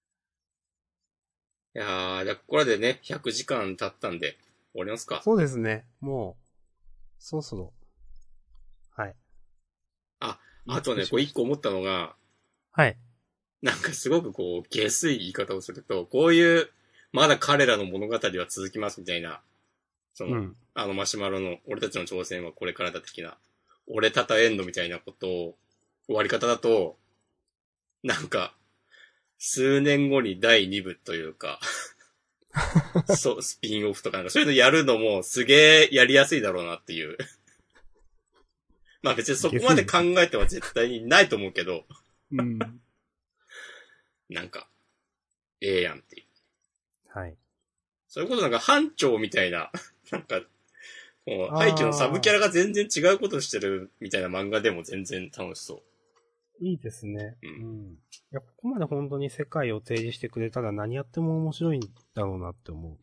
いやー、じゃあここらでね、ひゃくじかん経ったんで、終わりますう。 か。 そうですね。もう、そろそろ。はい。 あ、 言いあとね、 尽くしました。 こう一個思ったのが、 はい。 なんかすごくこう、下水言い方をすると、こういう、まだ彼らの物語は続きますみたいな、その、 うん。 あのマシュマロの、俺たちの挑戦はこれからだ的な、俺たたえんのみたいなことを、終わり方だと、なんか、数年後にだいに部というか、そう、スピンオフとかなんかそういうのやるのもすげえやりやすいだろうなっていう。まあ別にそこまで考下水ですね。 えては絶対にないと思うけど、 うん。 なんか、ええやんっていう。 はい。 それこそなんか班長みたいな、なんか、もう廃棄のサブキャああ、 ラが全然違うことしてるみたいな漫画でも全然楽しそいいですね。 う。うん。 うん。いや、ここまで本当に世界を提示してくれたら何やっても面白いんだろうなって思うん。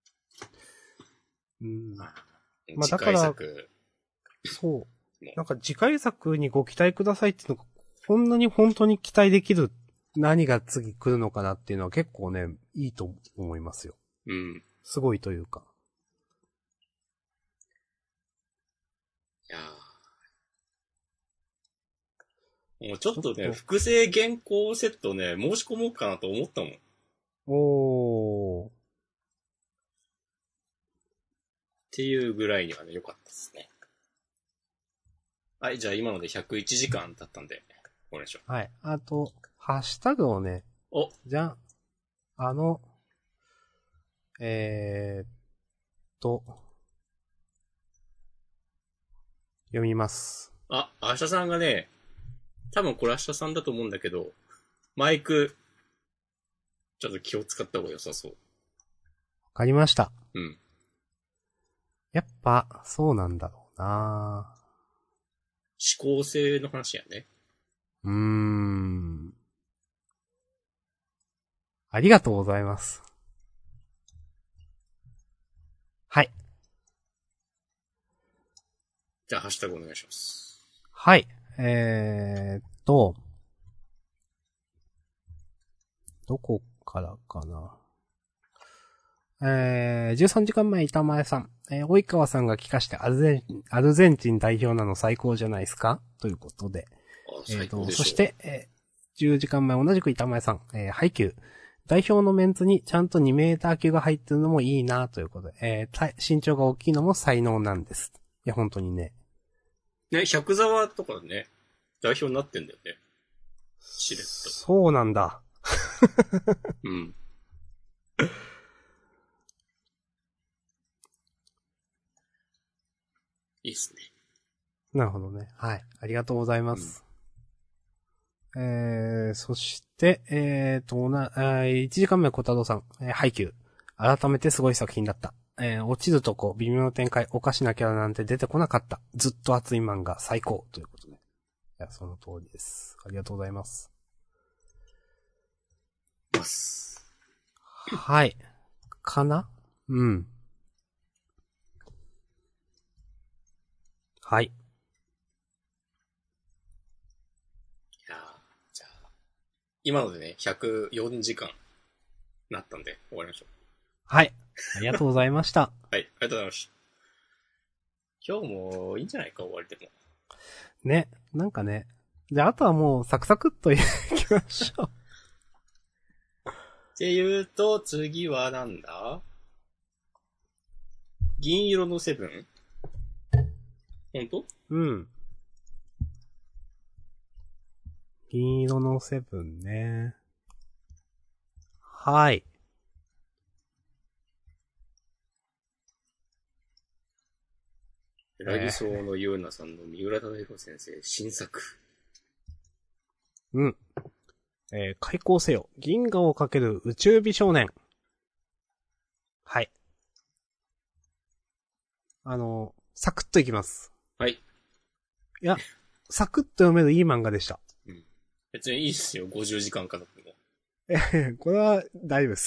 う。うん。 まあ、 まあ次回だから、 作そう。 も。 なんか次回作にご期待くださいっていうのが、こんなに本当に期待できる何が次来るのかなっていうのは結構ね、いいと思いますよ。 うん。 すごいというか。 いやーもうちょっとね、 ちょっと、 複製原稿セットね、申し込もうかなと思ったもん。っおー。 ていうぐらいにはね、良かったですね。はい、じゃあ今のでひゃくいちじかん経ったんで、お願いしまはい。あと、ハッシュタグをね、 す。お、 じゃん、あの、えーっと、読みます。 あ、明日さんがね、多分これ明日さんだと思うんだけど、マイク、ちょっと気を使った方が良さそう。 わかりました。 うん。 やっぱ、そうなんだろうな思考性の話やね。 うーん。ありがとうございます。はい。 じゃあ、ハッシュタグお願いします。 はい。えーっと、どこからかな。えー、じゅうさんじかんまえ板前さん。えー、及川さんが聞かしてアルゼン、アルゼンチン代表なの最高じゃないですかということで。 あ、最高でしょ。 えーと、そして、えー、じゅうじかんまえ同じく板前さん。えー、ハイキュー。代表のメンツにちゃんとにメーター級が入ってるのもいいなということで。えー、身長が大きいのも才能なんです。いや、本当にね。 ね、百沢とかね、代表になってんだよね。しれっと。 そうなんだ。 うん。いいっすね。 なるほどね。はい。ありがとうございます。うん、えー、そして、えーと、な、いちじかんめ小太郎さん、えー、ハイキュー。改めてすごい作品だった。えー、落ちるとこ、微妙な展開、おかしなキャラなんて出てこなかった。ずっと熱い漫画、最高。ということで。いや、その通りです。ありがとうございます。はい。かな？うん。はい。いやじゃあ、今のでね、ひゃくよんじかんなったんで、終わりましょう。 はい。ありがとうございました。 はい、ありがとうございました。今日もいいんじゃないか、終わりでも。 ね、なんかね。じゃあ、あとはもう、サクサクっといきましょう。 って言うと、次はなんだ？銀色のセブン？ほんと？ うん。銀色のセブンね。はい。 ラギソウのユーナさんの三浦忠宏先生、新作。 うん。えー、開校せよ。銀河をかける宇宙美少年。はい。あの、サクッといきます。 はい。 いや、サクッと読めるいい漫画でした。 うん。別にいいっすよ、ごじゅうじかんかだっても。 え、これは大丈夫です。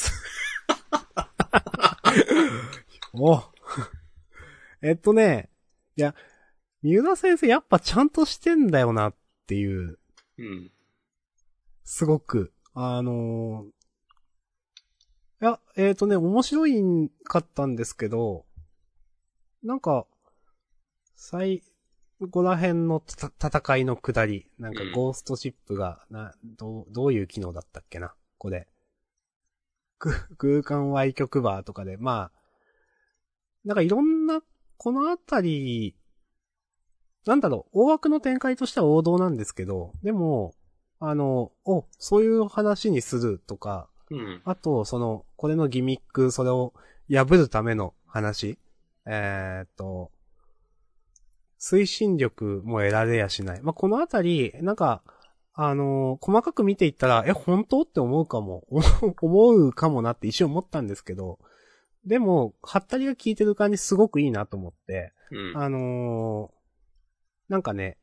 おえっとね、いや、三浦先生やっぱちゃんとしてんだよなっていう。 うん。 すごく。あのー、いや、えっとね、面白いかったんですけど、なんか、最後ら辺の戦いの下り、なんかゴーストシップが、な、どう、どういう機能だったっけな、これ。空間歪曲バーとかで、まあ、なんかいろんな、このあたり、なんだろう、大枠の展開としては王道なんですけど、でも、あの、お、そういう話にするとか、 うん。 あと、その、これのギミック、それを破るための話、えーっと、推進力も得られやしない。まあ、このあたり、なんか、あのー、細かく見ていったら、え、本当って思うかも、思うかもなって一瞬思ったんですけど、でも、ハッタリが効いてる感じすごくいいなと思って、 うん。 あのー、なんかね、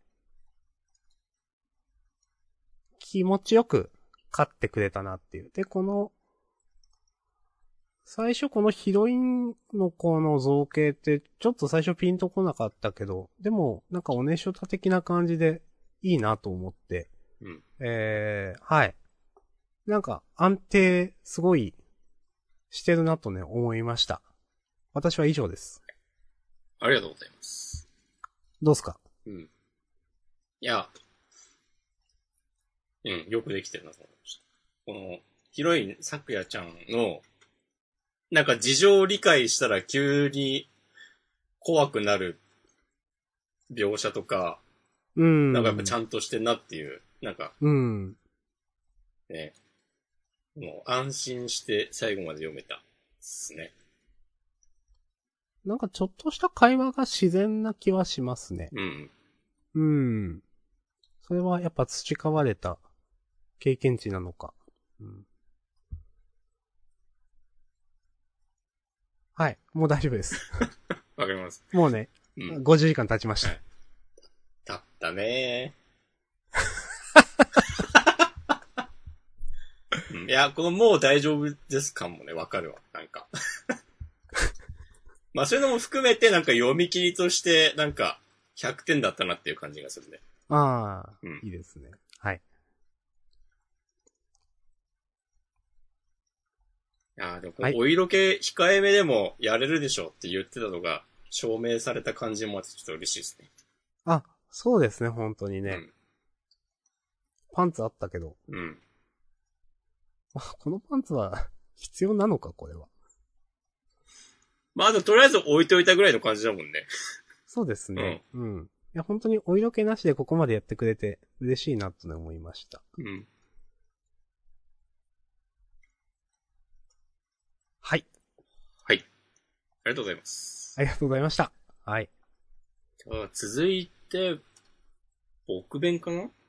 気持ちよく勝ってくれたなっていう。で、この、最初このヒロインの子の造形ってちょっと最初ピンとこなかったけど、でもなんかおねしょた的な感じでいいなと思って、 うん、 えー、はい。なんか安定すごいしてるなとね思いました。私は以上です。 ありがとうございます。 どうすか？ うん。いや、うん、よくできてるなと思いました。このヒロイン、さくやちゃんのなんか事情を理解したら急に怖くなる描写とか、 うん。 なんかやっぱちゃんとしてんなっていう、なんか、 うん。 ね、もう安心して最後まで読めたですね。 なんかちょっとした会話が自然な気はしますね。 うん。 うん。それはやっぱ培われた経験値なのか。うん。はい。もう大丈夫です。 わかります。 もうね、うん、ごじゅうじかん経ちました。はい、 経ったねー。いや、このもう大丈夫ですかもね、わかるわ。なんか。まあそういうのも含めてなんか読み切りとして、なんかひゃくてんだったなっていう感じがするね。 ああ、 うん。 いいですね。はい。 いやーでもこはい。 のお色気控えめでもやれるでしょって言ってたのが証明された感じもあってちょっと嬉しいですね。 あ、そうですね、本当にね。 うん。 パンツあったけど。 うん。 あ、このパンツは必要なのか、これは。 まあでもとりあえず置いといたぐらいの感じだもんね。 そうですね。うん。いや、本当にお色気なしでここまでやってくれて嬉しいなとね思いました。 うん。うん。 はい。 はい。ありがとうございます。 ありがとうございました。はい。 じゃあ続いて、僕弁かな。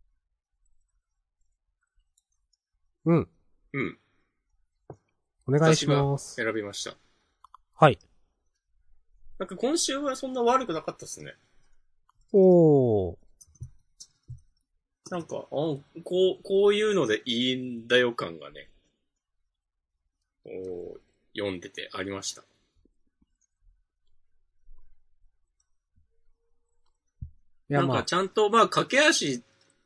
うん。 うん。 お願いし私がます。 選びました。 はい。 なんか今週はそんな悪くなかったですね。 おー。 なんか、あこう、こういうのでいいんだよ感がね、お読んでてありました。 いや、 なんかまあ。 ちゃんと、まあ、駆け足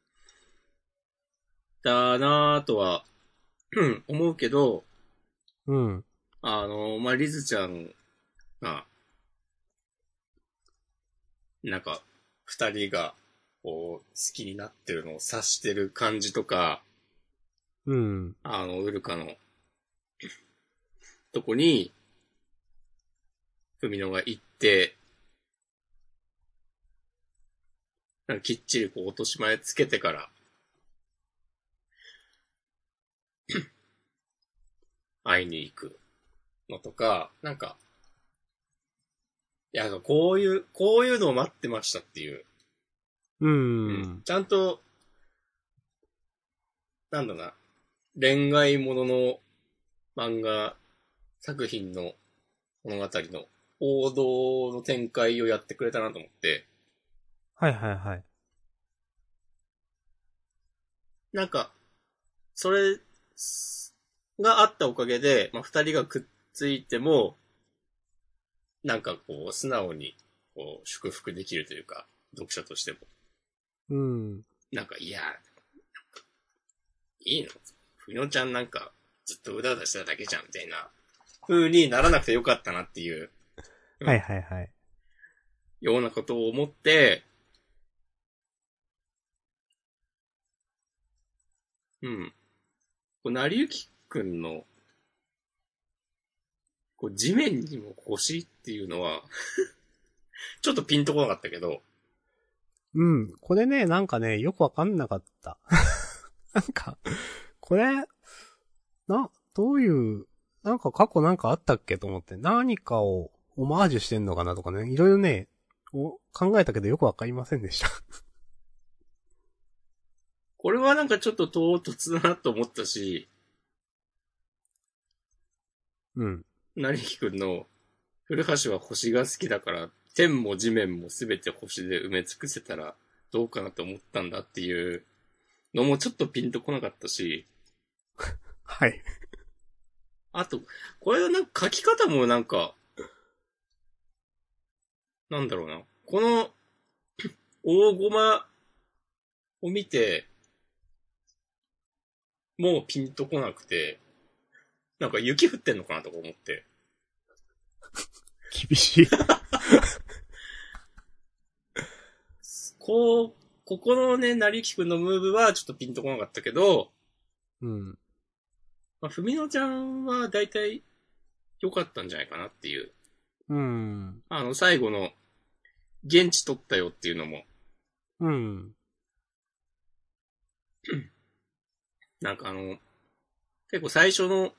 だなぁとは、うん思うけど、 うん。 あの、まあ、リズちゃんが、なんか、二人が、こう、好きになってるのを察してる感じとか、 うん。 あの、ウルカのとこに、フミノが行って、なんかきっちりこう落とし前つけてから、会いに行くのとか、なんか、いや、こういう、こういうのを待ってましたっていう。 ううん。 ん。 ちゃんと、なんだな、恋愛ものの漫画作品の物語の王道の展開をやってくれたなと思って、 はいはいはい。 なんか、それがあったおかげで、まあ、二人がくっついても、なんかこう、素直に、こう、祝福できるというか、読者としても。 うん。 なんか、いや、いいのふのちゃんなんか、ずっとうだうだしてただけじゃん、みたいな、風にならなくてよかったなっていう、うはいん、 はいはい。 ようなことを思って、うん。こう、なりゆきくんの、こう、地面にも腰っていうのはちょっとピンとこなかったけど、 うん。これね、なんかね、よくわかんなかった。なんか、これ、な、どういう、なんか過去なんかあったっけと思って、何かをオマージュしてんのかなとかね、いろいろね、お考えたけどよくわかりませんでした。 これはなんかちょっと唐突だなと思ったし、 うん。 なりゆきくんの、古橋は星が好きだから、天も地面もすべて星で埋め尽くせたらどうかなと思ったんだっていうのもちょっとピンとこなかったし、 はい。 あと、これはなんか書き方もなんか、なんだろうな。この大駒を見て、もうピンとこなくて、なんか雪降ってんのかなとか思って。 厳しい。 こう、ここのね、なりゆきくんのムーブはちょっとピンとこなかったけど、 うん。 まあ、ふみのちゃんは大体良かったんじゃないかなっていう。 うん。 あの、最後の、現地取ったよっていうのも、 うん。 なんかあの、結構最初の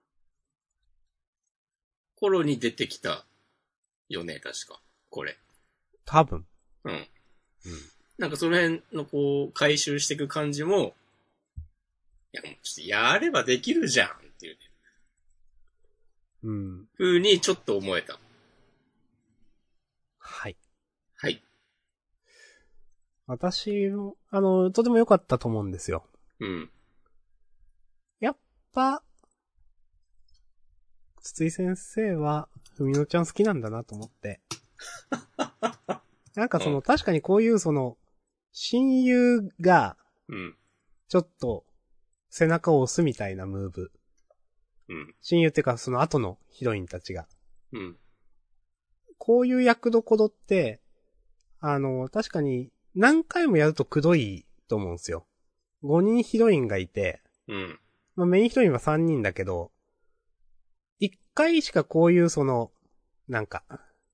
頃に出てきたよね、確か。これ。 多分。 うん。 うん。 なんかその辺のこう、回収していく感じも、いや、もうちょっとやればできるじゃんっていう、ね、 うん。 風にちょっと思えた。 はい。 はい。 私も、あの、とても良かったと思うんですよ。 うん。 やっぱ、筒井先生は、ふみのちゃん好きなんだなと思って。 なんかその、 うん確かにこういうその、親友が、 うん。 ちょっと、背中を押すみたいなムーブ。 うん。 親友っていうかその後のヒロインたちが。 うん。 こういう役どころって、あの、確かに何回もやるとくどいと思うんですよ。ごにんヒロインがいて、 うん。 まあ、メインヒロインはさんにんだけど、いっかいしかこういうその、なんか、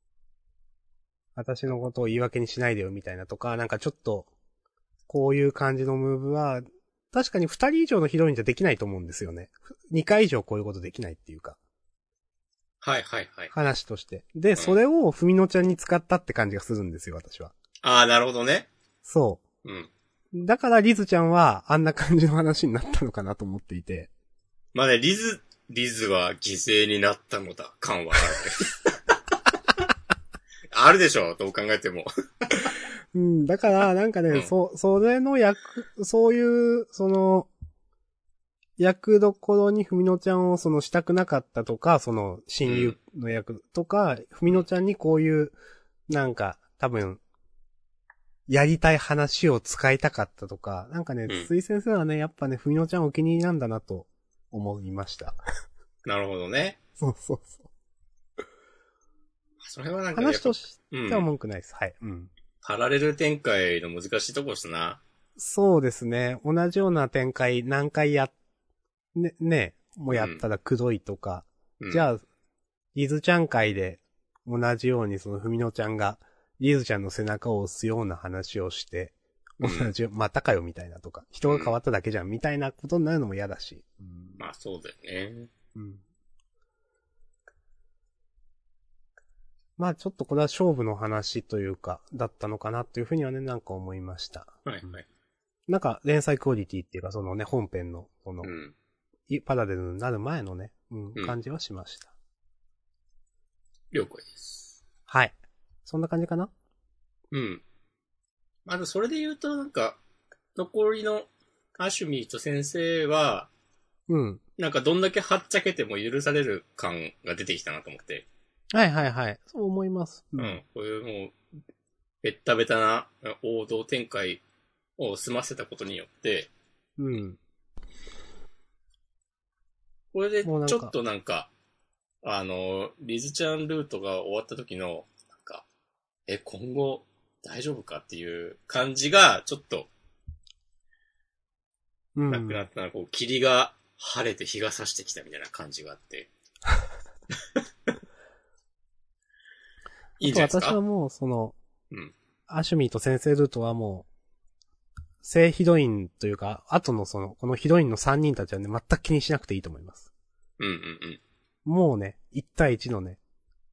私のことを言い訳にしないでよみたいなとか、なんかちょっと、こういう感じのムーブは、確かにふたり以上のヒロインじゃできないと思うんですよね。にかい以上こういうことできないっていうか。 はいはいはい。 話として。で、 うんそれをふみのちゃんに使ったって感じがするんですよ、私は。 ああ、なるほどね。 そうん。 う。だからリズちゃんはあんな感じの話になったのかなと思っていて。 まあね、リズ、リズは犠牲になったのだ、感はあるね。あるでしょ、どう考えても。 うん、だから、なんかね、 うんそ、それの役、そういう、その、役どころにふみのちゃんをそのしたくなかったとか、その親友の役とか、ふみのちゃんにこういう、なんか、多分、やりたい話を使いたかったとか、なんかね、 うん筒井先生はね、やっぱね、ふみのちゃんお気に入りなんだなと思いました。 なるほどね。 そうそうそう。 それはなんかね、 話としうんては文句ないです。はい。うん。 パラレル展開の難しいとこですな。 そうですね。同じような展開何回や、ね、ね、もうやったらくどいとか、 うん、 じゃあ、リズちゃん会で同じようにそのふみのちゃんがリズちゃんの背中を押すような話をして、同じよ、またかよみたいなとか、人が変わっただけじゃんみたいなことになるのも嫌だし。うん、 まあそうだよね。 うん。まあちょっとこれは勝負の話というか、だったのかなというふうにはね、なんか思いました。 はいはい。 なんか連載クオリティっていうか、そのね、本編の、その、 うん。 いパラレルになる前のね、うん、 うん感じはしました。 了解です。 はい。そんな感じかな？ うん。まずそれで言うとなんか、残りのアシュミーと先生は、 うん。 なんかどんだけはっちゃけても許される感が出てきたなと思って。 はいはいはい。そう思います。 うん。うん、こういうもう、ベッタベタな王道展開を済ませたことによって、 うん。 これでもうなんかちょっとなんか、あの、リズちゃんルートが終わった時の、なんか、え、今後大丈夫かっていう感じが、ちょっと、 うん。 なくなったら、こう、霧が晴れて日が差してきたみたいな感じがあって。いいんじゃないですか？ 私はもう、その、 うん。 アシュミーと先生ルートはもう、正ヒロインというか、後のその、このヒロインのさんにんたちはね、全く気にしなくていいと思います。 うんうんうん。 もうね、いち対いちのね、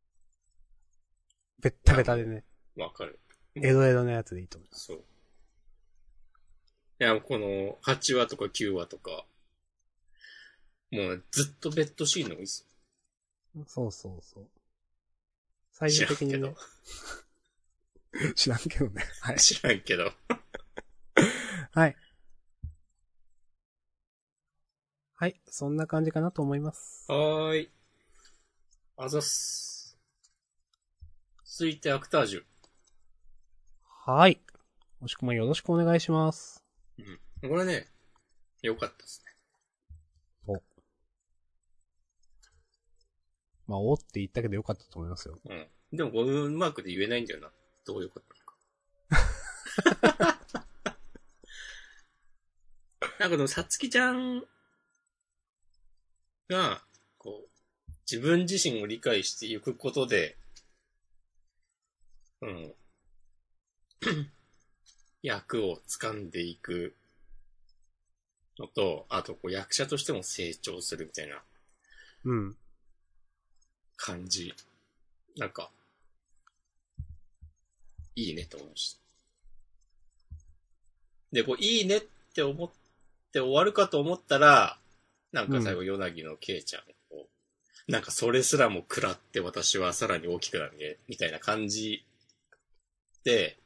ベッタベタでね、 わかる。 エロエロのやつでいいと思います。 そう。いや、この、はちわとかきゅうわとか、もうずっとベッドシーンの多いっすそうそうそう。最終的にね。知らんけどね。はい。 知らんけど。 はい。はい。そんな感じかなと思います。 はーい。あざっす。続いてアクタージュ。 はい。もしくもよろしくお願いします。 うん。これね、良かったですね。 お。まあ、おって言ったけどよかったと思いますよ。 うん。でもこのマークで言えないんだよな。どう良かったのか。なんかでも、さつきちゃんが、こう、自分自身を理解していくことで、うん。役を掴んでいくのと、あとこう役者としても成長するみたいなうん。 感じ。なんか、いいねと思いました。で、こう、いいねって思って終わるかと思ったら、なんか最後、ヨナギのケイちゃんを、なんかそれすらも食らって私はさらに大きくなるね、みたいな感じで、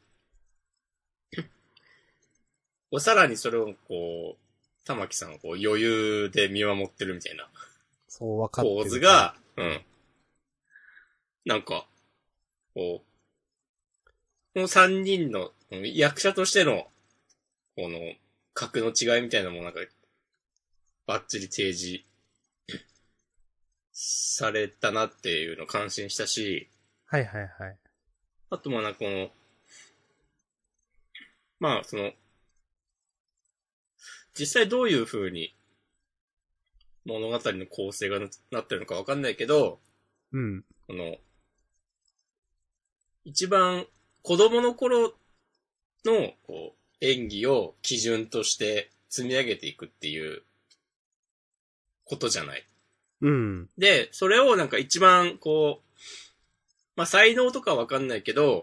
さらにそれをこう、玉木さんをこう余裕で見守ってるみたいなそう分かってる。 構図が、うん。なんか、こう、 この三人の役者としての、この、格の違いみたいなものなんか、バッチリ提示されたなっていうのを感心したし、 はいはいはい。 あとまあなんかこの、まあその、実際どういう風に物語の構成がなってるのかわかんないけど、 うん。 この、一番子供の頃のこう演技を基準として積み上げていくっていうことじゃない。 うん。 で、それをなんか一番こう、まあ才能とかわかんないけど、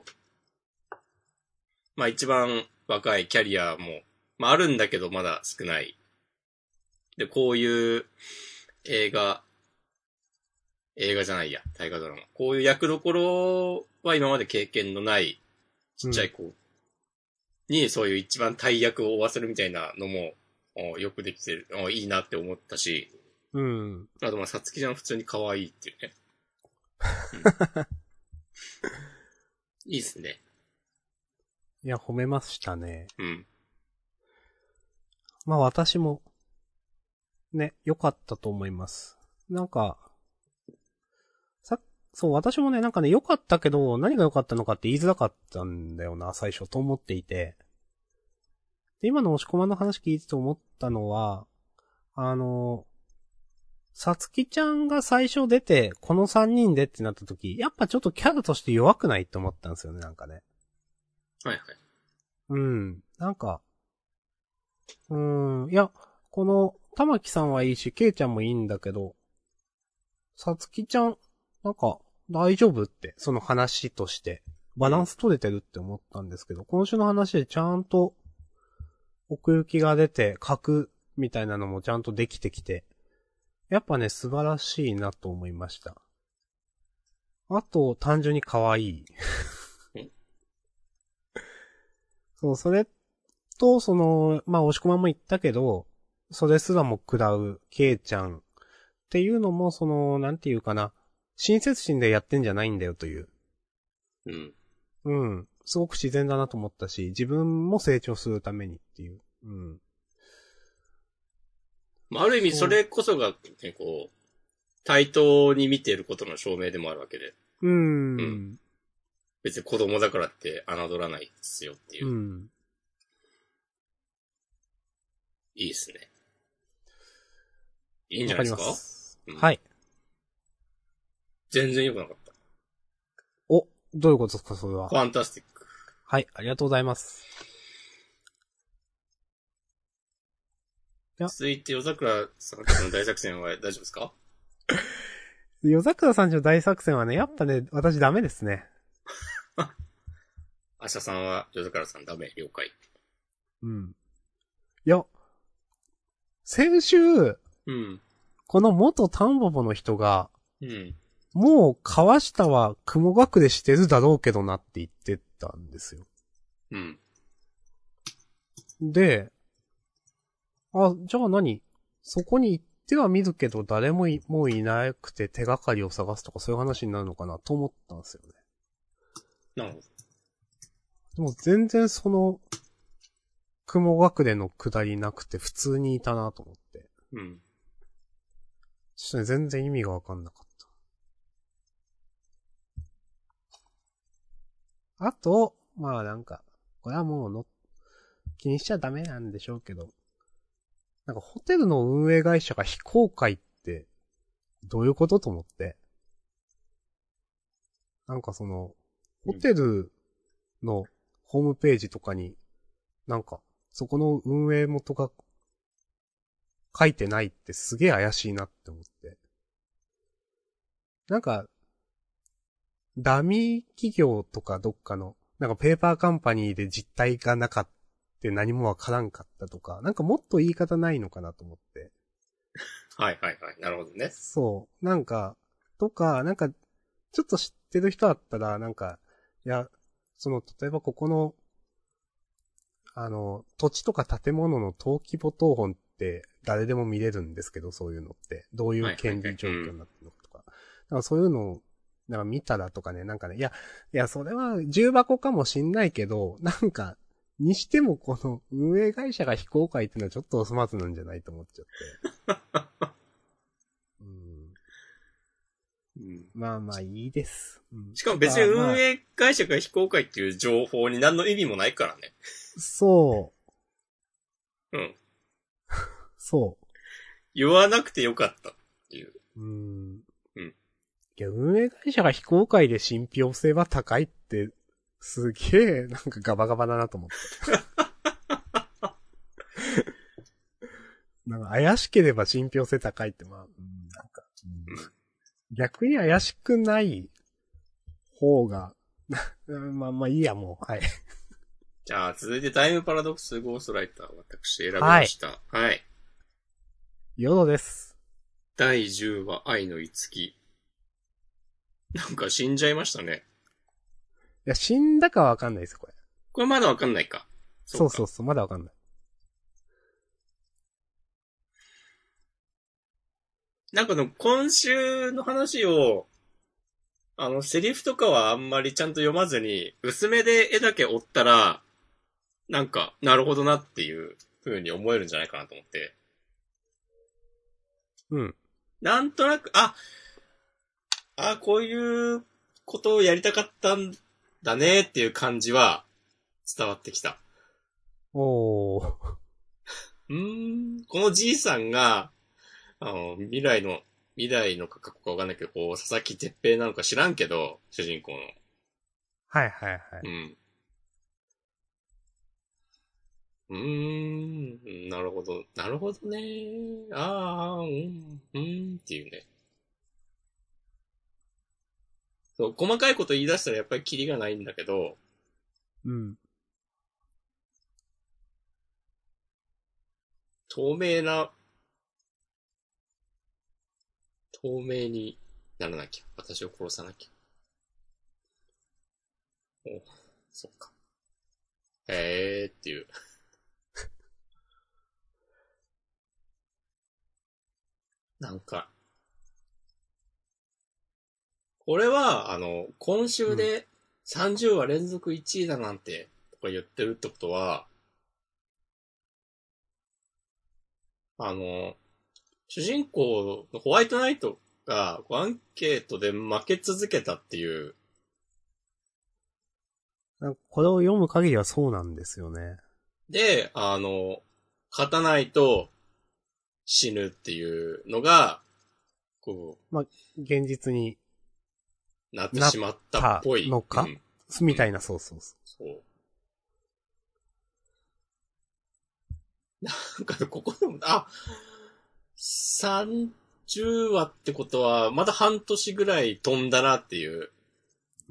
まあ一番若いキャリアも、まああるんだけどまだ少ない。で、こういう映画、映画じゃないや、大河ドラマ。こういう役どころは今まで経験のないちっちゃい子にそういう一番大役を負わせるみたいなのもよくできてる、いいなって思ったし、 うん。 あとまあ、さつきちゃん普通に可愛いっていうね。うん、いいっすね。 いや、褒めましたね。 うん。 まあ私も、ね、良かったと思います。なんか、さ、そう、私もね、なんかね、良かったけど、何が良かったのかって言いづらかったんだよな、最初と思っていて。で、今の押し込まんの話聞いてて思ったのは、あの、さつきちゃんが最初出て、このさんにんでってなった時、やっぱちょっとキャラとして弱くないって思ったんですよね、なんかね。 はいはい。 うん。なんか、うーん、いや、この、玉木さんはいいし、ケイちゃんもいいんだけど、さつきちゃん、なんか、大丈夫って、その話として、バランス取れてるって思ったんですけど、うん、今週の話でちゃんと、奥行きが出て、格みたいなのもちゃんとできてきて、やっぱね、素晴らしいなと思いました。あと、単純に可愛い。そう、それと、その、まあ、押し込まも言ったけど、それすらも食らう、ケイちゃんっていうのも、その、なんていうかな、親切心でやってんじゃないんだよという。 うん。 うん。すごく自然だなと思ったし、自分も成長するためにっていう。うん。 まあ、ある意味それこそが、ね、こう、対等に見ていることの証明でもあるわけで。 うーん。 うん。別に子供だからって侮らないですよっていう。 うん。 いいですね。いいんじゃわかりないですか？ ます。 うん、 はい。 全然良くなかった。 お、どういうことですか、それは。 ファンタスティック。 はい、ありがとうございます。 続いて、夜桜さんの大作戦は大丈夫ですか？ 夜桜さんちの大作戦はね、やっぱね、私ダメですね。 アシャさんは夜桜さんダメ、了解。 うん。いや、先週、うん。この元タンボボの人が、うん。もう川下は雲隠れしてるだろうけどなって言ってたんですよ。うん。で、あ、じゃあ何？そこに行っては見るけど誰もいもういなくて手がかりを探すとかそういう話になるのかなと思ったんですよね。なるほど。でも全然その、雲隠れの下りなくて普通にいたなと思って。うん。ちょっとね、全然意味がわかんなかった。あと、まあなんか、これはもうの、気にしちゃダメなんでしょうけど、なんかホテルの運営会社が非公開って、どういうことと思って。なんかその、ホテルのホームページとかに、なんか、そこの運営元が書いてないってすげえ怪しいなって思って。なんか、ダミー企業とかどっかの、なんかペーパーカンパニーで実態がなかった何もわからんかったとか、なんかもっと言い方ないのかなと思って。はいはいはい。なるほどね。そう。なんか、とか、なんか、ちょっと知ってる人だったら、なんか、いや、その、例えばここの、あの、土地とか建物の登記簿謄本って誰でも見れるんですけど、そういうのって。どういう権利状況になってるのかとか。だからそういうのなんか見たらとかね、なんかね、いや、いや、それは重箱かもしんないけど、なんか、にしてもこの運営会社が非公開っていうのはちょっとお粗末なんじゃないと思っちゃって。うんうん、 まあまあいいです。うん、 しかも別に運営会社が非公開っていう情報に何の意味もないからね。 そう。 うん。 そう。 言わなくてよかったっていう。 うん。 うん。 いや、運営会社が非公開で信憑性は高いって、すげえ、なんかガバガバだなと思って。なんか怪しければ信憑性高いって、まあ、うん、なんか、うん、逆に怪しくない方が、まあまあいいや、もう、はい。 じゃあ、続いてタイムパラドックスゴーストライターを私選びました。はい。はい。 ヨドです。 だいじゅうわ、愛のいつき。なんか死んじゃいましたね。 いや、死んだかわかんないです、これ。 これまだわかんないか。 そうそうそう、まだわかんない。 なんかの、今週の話を、あの、セリフとかはあんまりちゃんと読まずに、薄めで絵だけ追ったら、なんか、なるほどなっていう風に思えるんじゃないかなと思って。 うん。 なんとなく、あ、あ、こういうことをやりたかったんだねっていう感じは伝わってきた。 おー。 うーん、このじいさんが、あの、未来の、未来の過去かわかんないけど、こう、佐々木哲平なのか知らんけど、主人公の。 はいはいはい。 うん。うーん、なるほど。なるほどね。ああ、うん、うん、っていうね。そう、細かいこと言い出したらやっぱりキリがないんだけど、 うん。 透明な、透明にならなきゃ。私を殺さなきゃ。お、そっか。へーっていう。なんか、これは、あの、今週でさんじゅうわ連続いちいだなんて、とか言ってるってことは、あの、主人公のホワイトナイトがアンケートで負け続けたっていう。 これを読む限りはそうなんですよね。 で、あの、勝たないと死ぬっていうのが、こう。まあ、現実になってしまったっぽい。 のか、うん、みたいな、そうそうそう。 そう。なんか、ここでも、あ、さんじゅうわってことは、まだ半年ぐらい飛んだなっていう。 うん。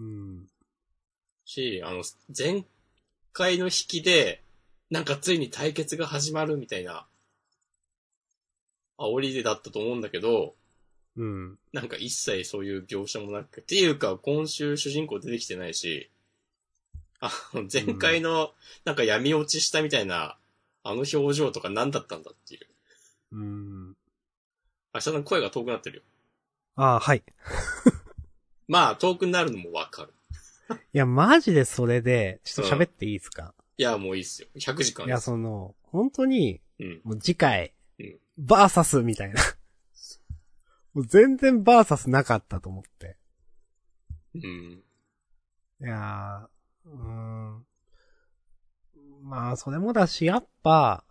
し、あの、前回の引きで、なんかついに対決が始まるみたいな、煽りでだったと思うんだけど、 うん。 なんか一切そういう描写もなく、っていうか、今週主人公出てきてないし、あの、前回の、なんか闇落ちしたみたいな、あの表情とか何だったんだっていう。 うん。 明日の声が遠くなってるよ。 ああ、はい。 まあ、遠くなるのもわかる。 いや、マジでそれで、ちょっと喋っていいですか、うん、 いや、もういいっすよ。ひゃくじかんです。 いや、その、本当に、 うん、 もう次回、 うん、 バーサスみたいな。もう全然バーサスなかったと思って。 うん。 いやー、うーん。まあ、それもだし、やっぱ、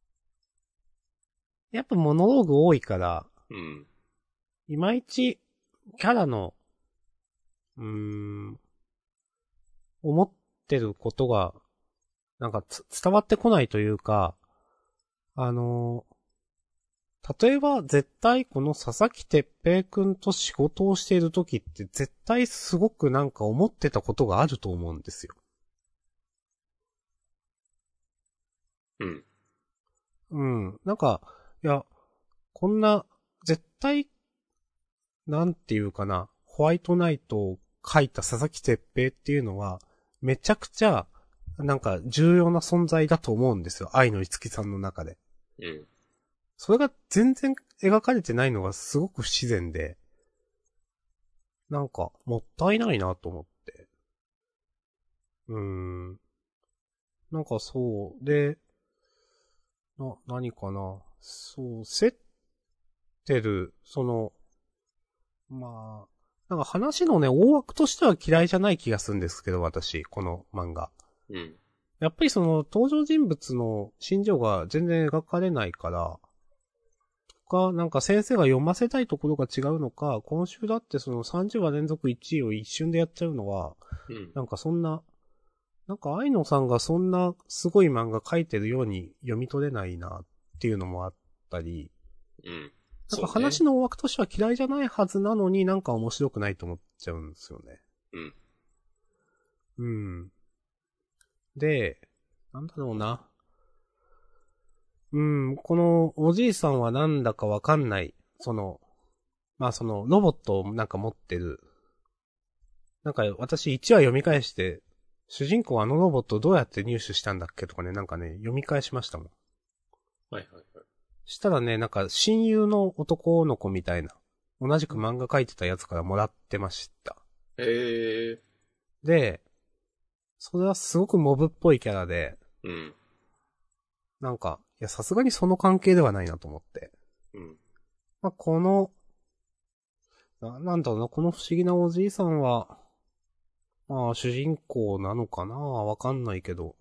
やっぱモノローグ多いから、 うん。 いまいち、キャラの、うーん、思ってることが、なんか伝わってこないというか、あの、例えば絶対この佐々木哲平くんと仕事をしている時って絶対すごくなんか思ってたことがあると思うんですよ。 うん。 うん。なんか、いや、こんな、絶対、なんていうかな、ホワイトナイトを書いた佐々木哲平っていうのは、めちゃくちゃ、なんか重要な存在だと思うんですよ。愛のいつきさんの中で。 うん。それが全然描かれてないのがすごく不自然で。 なんか、もったいないなと思って。うーん。なんかそう。で、な、何かな。そう、競ってる、その、まあ、なんか話のね、大枠としては嫌いじゃない気がするんですけど、私、この漫画。 うん。 やっぱりその、登場人物の心情が全然描かれないから、か、なんか先生が読ませたいところが違うのか、今週だってそのさんじゅうわ連続いちいを一瞬でやっちゃうのは、 うん。 なんかそんな、なんか愛野さんがそんなすごい漫画描いてるように読み取れないなっていうのもあったり、 うん。 なんか話の大枠としては嫌いじゃないはずなのになんか面白くないと思っちゃうんですよね。 うん。 うん。で、なんだろうな。うん、このおじいさんはなんだかわかんない。その、まあそのロボットをなんか持ってる。なんか私いちわ読み返して、主人公はあのロボットをどうやって入手したんだっけとかね、なんかね、読み返しましたもん。 はいはいはい。 したらね、なんか親友の男の子みたいな、同じく漫画描いてたやつからもらってました。 へえ。 で、それはすごくモブっぽいキャラで、 うん。 なんか、いや、さすがにその関係ではないなと思って。 うん。 まあ、この、な、なんだろうな、この不思議なおじいさんは、まあ、主人公なのかなわかんないけど。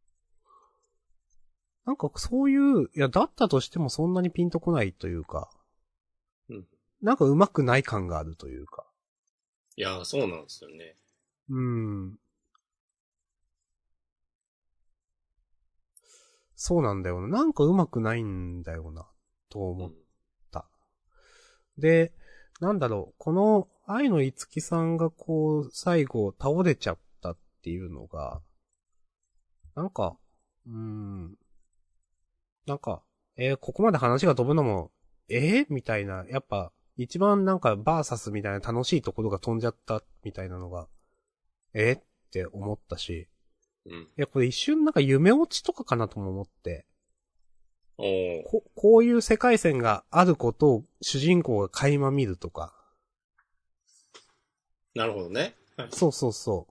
なんかそういう、いや、だったとしてもそんなにピンとこないというか、 うん。 なんか上手くない感があるというか。 いやー、そうなんですよね。 うーん。そうなんだよな。なんか上手くないんだよな、と思った。うん、で、なんだろう、この愛のいつきさんがこう、最後倒れちゃったっていうのが、なんか、うーん。なんか、えーここまで話が飛ぶのも、えー、みたいな、やっぱ、一番なんかバーサスみたいな楽しいところが飛んじゃったみたいなのが、えー、って思ったし、 うん。 いや、これ一瞬なんか夢落ちとかかなとも思って、 おー。 こ、こういう世界線があることを主人公が垣間見るとか。 なるほどね。はい。 そうそうそう。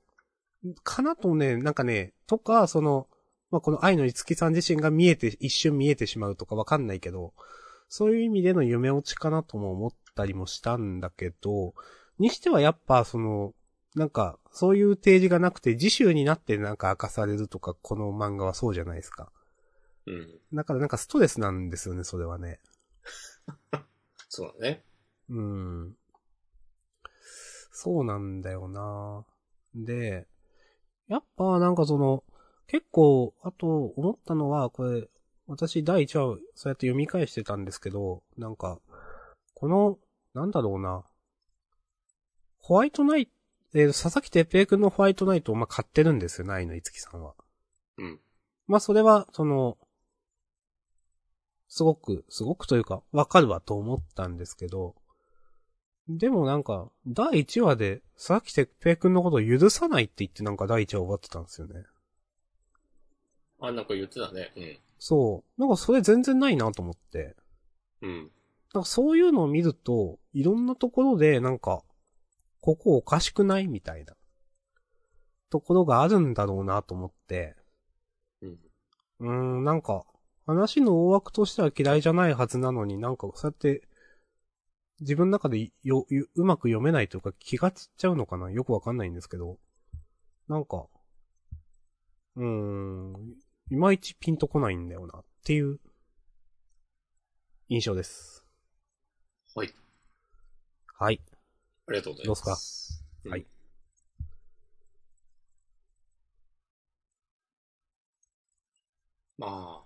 かなとね、なんかね、とか、その、まあ、この愛のいつきさん自身が見えて、一瞬見えてしまうとかわかんないけど、そういう意味での夢落ちかなとも思ったりもしたんだけど、にしてはやっぱその、なんか、そういう提示がなくて次週になってなんか明かされるとか、この漫画はそうじゃないですか。 うん。 だからなんかストレスなんですよね、それはね。 そうだね。 うん。そうなんだよな。で、やっぱなんかその、結構、あと思ったのは、これ、私だいいちわをそうやって読み返してたんですけど、なんか、この、なんだろうな。ホワイトナイト、えー、佐々木哲平くんのホワイトナイトをまあ買ってるんですよ、ナイのいつきさんは。 うん。 まあそれは、その、すごく、すごくというか、わかるわと思ったんですけど、でもなんか、だいいちわで、佐々木哲平くんのことを許さないって言ってなんかだいいちわ終わってたんですよね。 あ、なんか言ってたね。うん。 そう。なんかそれ全然ないなと思って。 うん。 なんかそういうのを見ると、いろんなところでなんか、ここおかしくないみたいな、ところがあるんだろうなと思って、 うん。 うーん、なんか、話の大枠としては嫌いじゃないはずなのになんかそうやって、自分の中でよ、ようまく読めないというか気がつっちゃうのかなよくわかんないんですけど、なんか、うーん、いまいちピンとこないんだよなっていう印象です。 はい。 はい。 ありがとうございます。 どうすか、うん、はい。 ま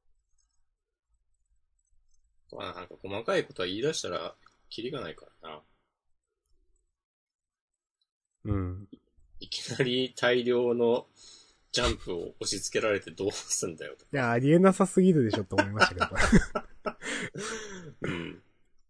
あ。まあなんか細かいことは言い出したら、キリがないからな。 うん。 いきなり大量のジャンプを押し付けられてどうすんだよと。 いや、ありえなさすぎるでしょと思いましたけど。 うん。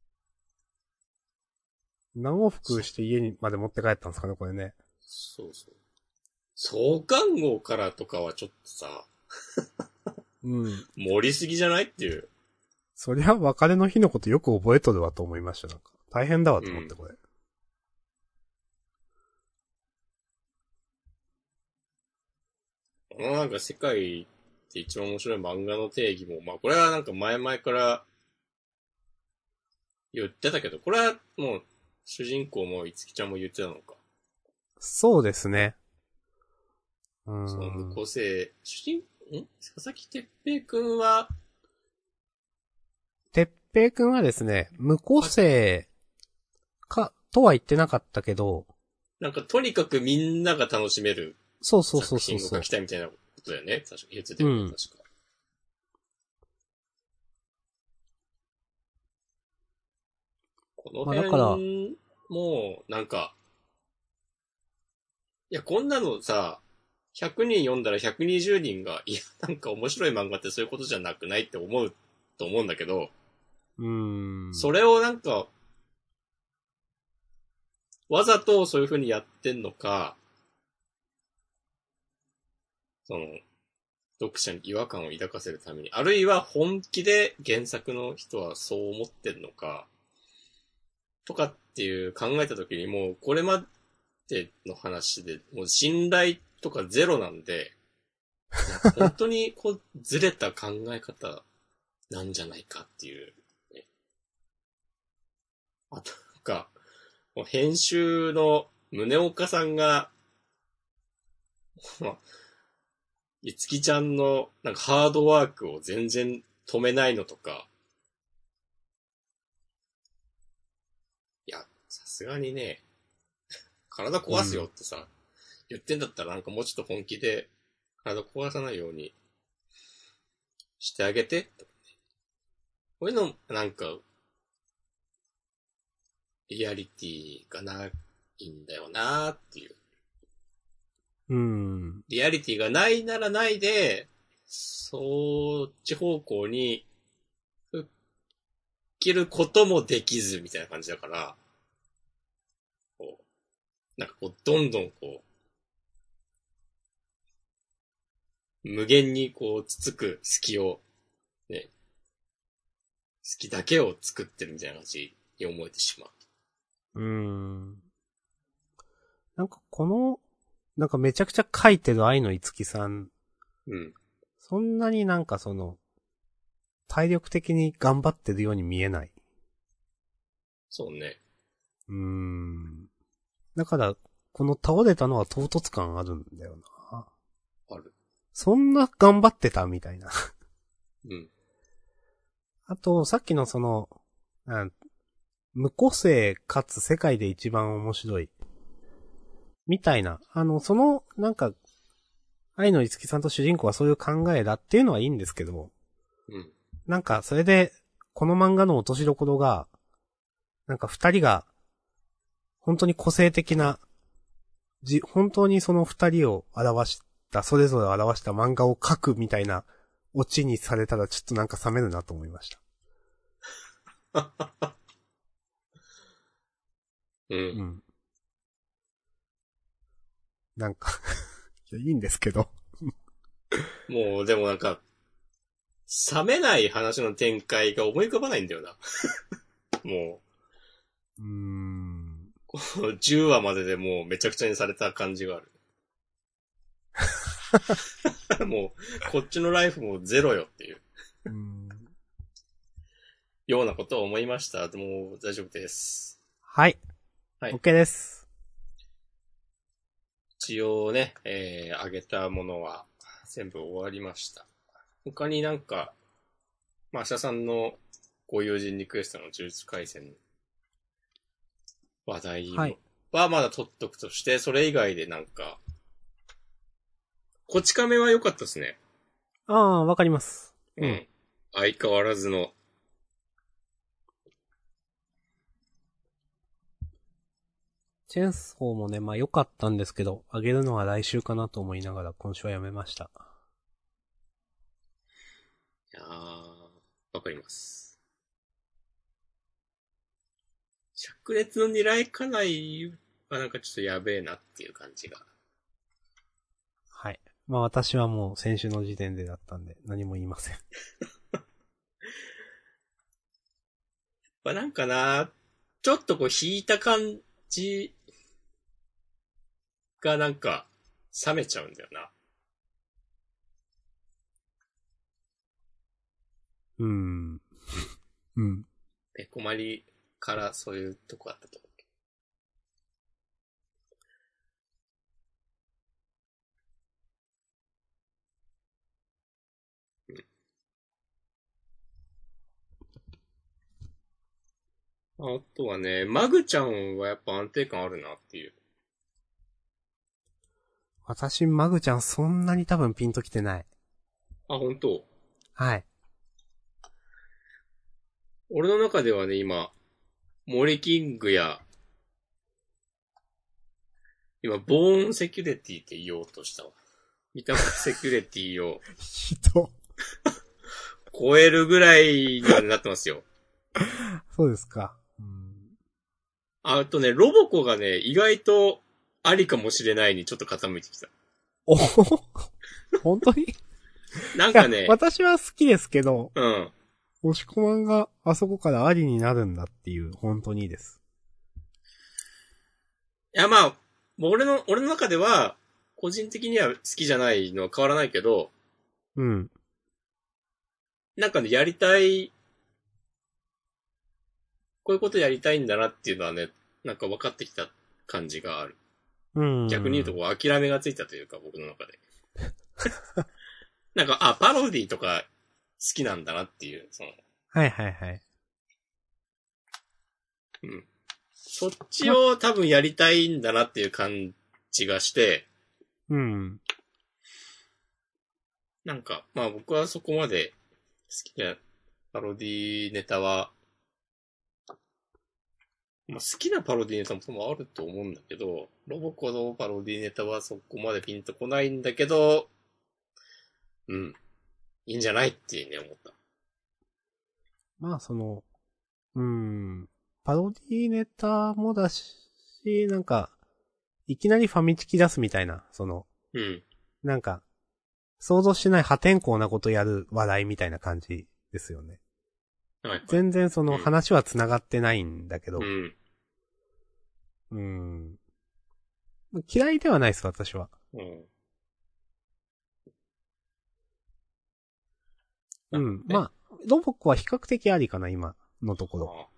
何往復して家にまで持って帰ったんですかね、これね。 そうそう。創刊号からとかはちょっとさ、 うん。 盛りすぎじゃないっていう。 そりゃ別れの日のことよく覚えとるわと思いました、なんか。大変だわと思って、これ。 このなんか世界って一番面白い漫画の定義も、まあこれはなんか前々から言ってたけど、これはもう主人公もいつきちゃんも言ってたのか。 そうですね。うーん。 その無個性、主人、ん佐々木哲平くんは、 てっぺいくんはですね、無個性か、とは言ってなかったけど、 なんかとにかくみんなが楽しめるそうそうそう作品をそうそう。 書きたいみたいなことだよね。確か言ってたよね、 うん確か。このまあだから辺、もう、なんか、いや、こんなのさ、ひゃくにん読んだらひゃくにじゅうにんが、いや、なんか面白い漫画ってそういうことじゃなくないって思うと思うんだけど、 うーん。 それをなんか、わざとそういう風にやってんのか、その、読者に違和感を抱かせるために、あるいは本気で原作の人はそう思ってんのか、とかっていう考えたときにもう、これまでの話で、もう信頼とかゼロなんで、本当にこう、ずれた考え方なんじゃないかっていう、ね。あと、なんか、もう編集の宗岡さんが、まあ、いつきちゃんのなんかハードワークを全然止めないのとか、いや、さすがにね、体壊すよってさ、うん、言ってんだったらなんかもうちょっと本気で体壊さないようにしてあげて。こういうの、なんか、リアリティがないんだよなーっていう。 うん。 リアリティがないならないで、そっち方向に、吹っ切ることもできずみたいな感じだから、こう、なんかこう、どんどんこう、無限にこう、つつく隙を、ね、隙だけを作ってるみたいな感じに思えてしまう。 うーん。なんかこの、なんかめちゃくちゃ書いてる愛のいつきさん。 うん。 そんなになんかその、体力的に頑張ってるように見えない。 そうね。 うーん。だから、この倒れたのは唐突感あるんだよな。 ある。 そんな頑張ってたみたいな。 うん。 あと、さっきのその、うん、無個性かつ世界で一番面白い。みたいな。あの、その、なんか、愛のいつきさんと主人公はそういう考えだっていうのはいいんですけど、 うん。 なんか、それで、この漫画の落としどころが、なんか二人が、本当に個性的な、じ、本当にその二人を表した、それぞれを表した漫画を描くみたいな、オチにされたらちょっとなんか冷めるなと思いました。 うん。 うん。なんかいや、いいんですけどもう、でもなんか、冷めない話の展開が思い浮かばないんだよな。もう。うーん。 こう、じゅうわまででもうめちゃくちゃにされた感じがある。もう、こっちのライフもゼロよっていう。 うーんようなことを思いました。でも大丈夫です。 はい。 はい。 OK です。 一応ね、えー、あげたものは全部終わりました。他になんか、まあ、明日さんのご友人リクエストの呪術廻戦話題はまだ取っとくとして、はい、それ以外でなんか、こち亀は良かったですね。 ああ、わかります。 うん。相変わらずの。 チェーンソーもね、まあ良かったんですけど、あげるのは来週かなと思いながら今週はやめました。 いやー、わかります。灼熱の二来家内はなんかちょっとやべえなっていう感じが。 はい。まあ私はもう先週の時点でだったんで何も言いません。 まあなんかな、ちょっとこう引いた感じがなんか冷めちゃうんだよな。 うん。うん。 ペコマリからそういうとこあったと思う。うん。あとはね、マグちゃんはやっぱ安定感あるなっていう。 私、マグちゃんそんなに多分ピンときてない。 あ、本当。 はい。 俺の中ではね、今、森キングや、今、ボーンセキュリティって言おうとしたわ。三田セキュリティを人。 超えるぐらいにはなってますよ。 そうですか。うん、 あとね、ロボコがね、意外とありかもしれないにちょっと傾いてきた。 おほほ本当になんかね、 私は好きですけど、 うん。 押し込まんがあそこからありになるんだっていう、本当にいいです。 いや、まあ、もう俺の、俺の中では、個人的には好きじゃないのは変わらないけど、 うん。 なんかね、やりたい、こういうことやりたいんだなっていうのはね、なんか分かってきた感じがある。 うん。 逆に言うとこう諦めがついたというか、僕の中で。なんか、あ、パロディとか好きなんだなっていう、その。 はいはいはい。 うん。そっちを多分やりたいんだなっていう感じがして、 うん。 なんか、まあ僕はそこまで好きなパロディネタは、まあ、好きなパロディネタも多分あると思うんだけど、ロボコのパロディネタはそこまでピンとこないんだけど、うん。いいんじゃないってね、思った。 まあその、うん。パロディネタもだし、なんか、いきなりファミチキ出すみたいな、その、 うん。 なんか、想像しない破天荒なことやる話題みたいな感じですよね。 はいはい。 全然そのうん話は繋がってないんだけど、 うん。 うん。嫌いではないです、私は。 うん。 うん。まあ、ロボコは比較的ありかな、今のところ。 ああ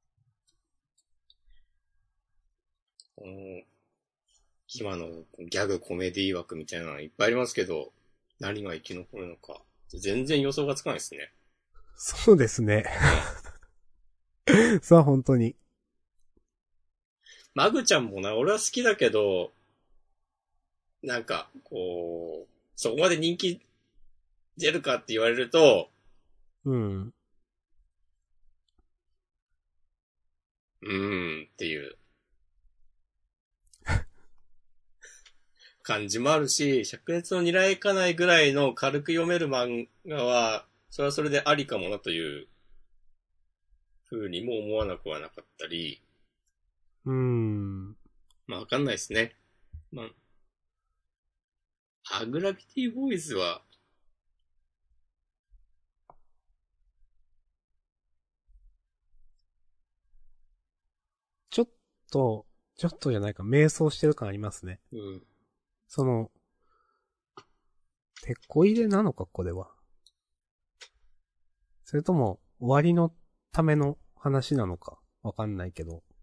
うん。今のギャグコメディ枠みたいなのいっぱいありますけど、何が生き残るのか、全然予想がつかないですね。 そうですね。 うん。 さあ、本当に。 マグちゃんもな、俺は好きだけど、なんか、こう、そこまで人気出るかって言われると、 うん。 うーんっていう感じもあるし、灼熱の狙いかないぐらいの軽く読める漫画は、それはそれでありかもなという風にも思わなくはなかったり、 うーん。 まあわかんないですね。まあ、アグラビティボーイズは、 ちょっと、ちょっとじゃないか、迷走してる感ありますね。 うん。 その、てこ入れなのか、これは。それとも、終わりのための話なのか、わかんないけど。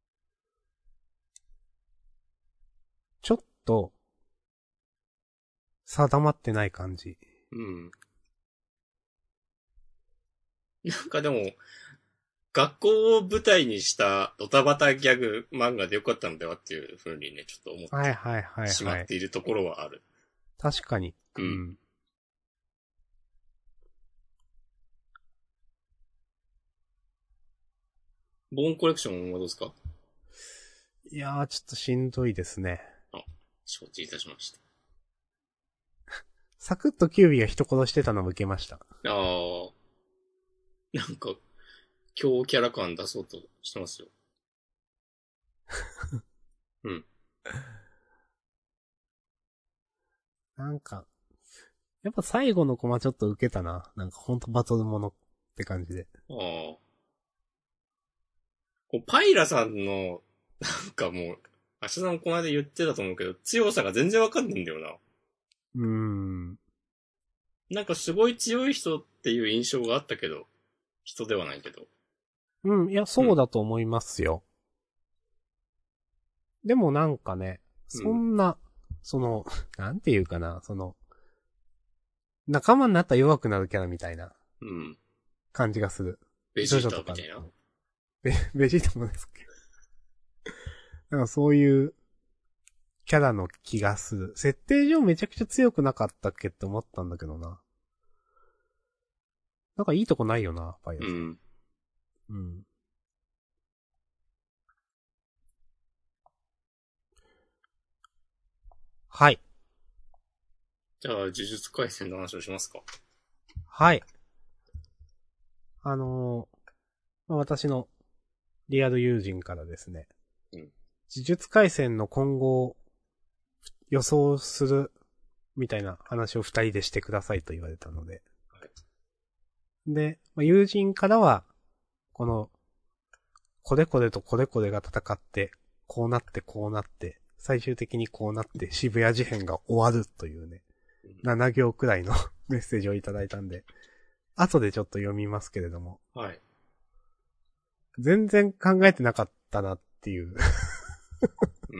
ちょっと、定まってない感じ。 うん。なんかでも、学校を舞台にしたドタバタギャグ漫画でよかったのではっていう風にね、ちょっと思ってはいはいはいしまはい。 っているところはある。 確かに。 うん。 うん。 ボーンコレクションはどうですか？ いやー、ちょっとしんどいですね。 あ、承知いたしました。 サクッとキュービーが人殺してたのも受けました。 ああ、なんか、強キャラ感出そうとしてますよ。うん。 なんか、やっぱ最後のコマちょっと受けたな。なんかほんとバトルものって感じで。 ああ。こうパイラさんの、なんかもう、明日さんこの間言ってたと思うけど、強さが全然わかんないんだよな。 うーん。 なんかすごい強い人っていう印象があったけど、人ではないけど。 うん、いや、そうだと思いますよ。うん、でもなんかね、そんな、うん、その、なんていうかな、その、仲間になったら弱くなるキャラみたいな、うん。感じがする。 ベジータみたいな。 ベ、ベジータもですっけど。なんかそういう、キャラの気がする。設定上めちゃくちゃ強くなかったっけって思ったんだけどな。なんかいいとこないよな、ファイアさん。うん。うん。はい。 じゃあ、呪術廻戦の話をしますか。 はい。あのー、まあ、私のリアル友人からですね。うん。呪術廻戦の今後を予想するみたいな話を二人でしてくださいと言われたので。はい、で、まあ、友人からは、この、これこれとこれこれが戦って、こうなってこうなって、最終的にこうなって渋谷事変が終わるというね、なな行くらいのメッセージをいただいたんで、後でちょっと読みますけれども。はい。全然考えてなかったなっていう。 うん。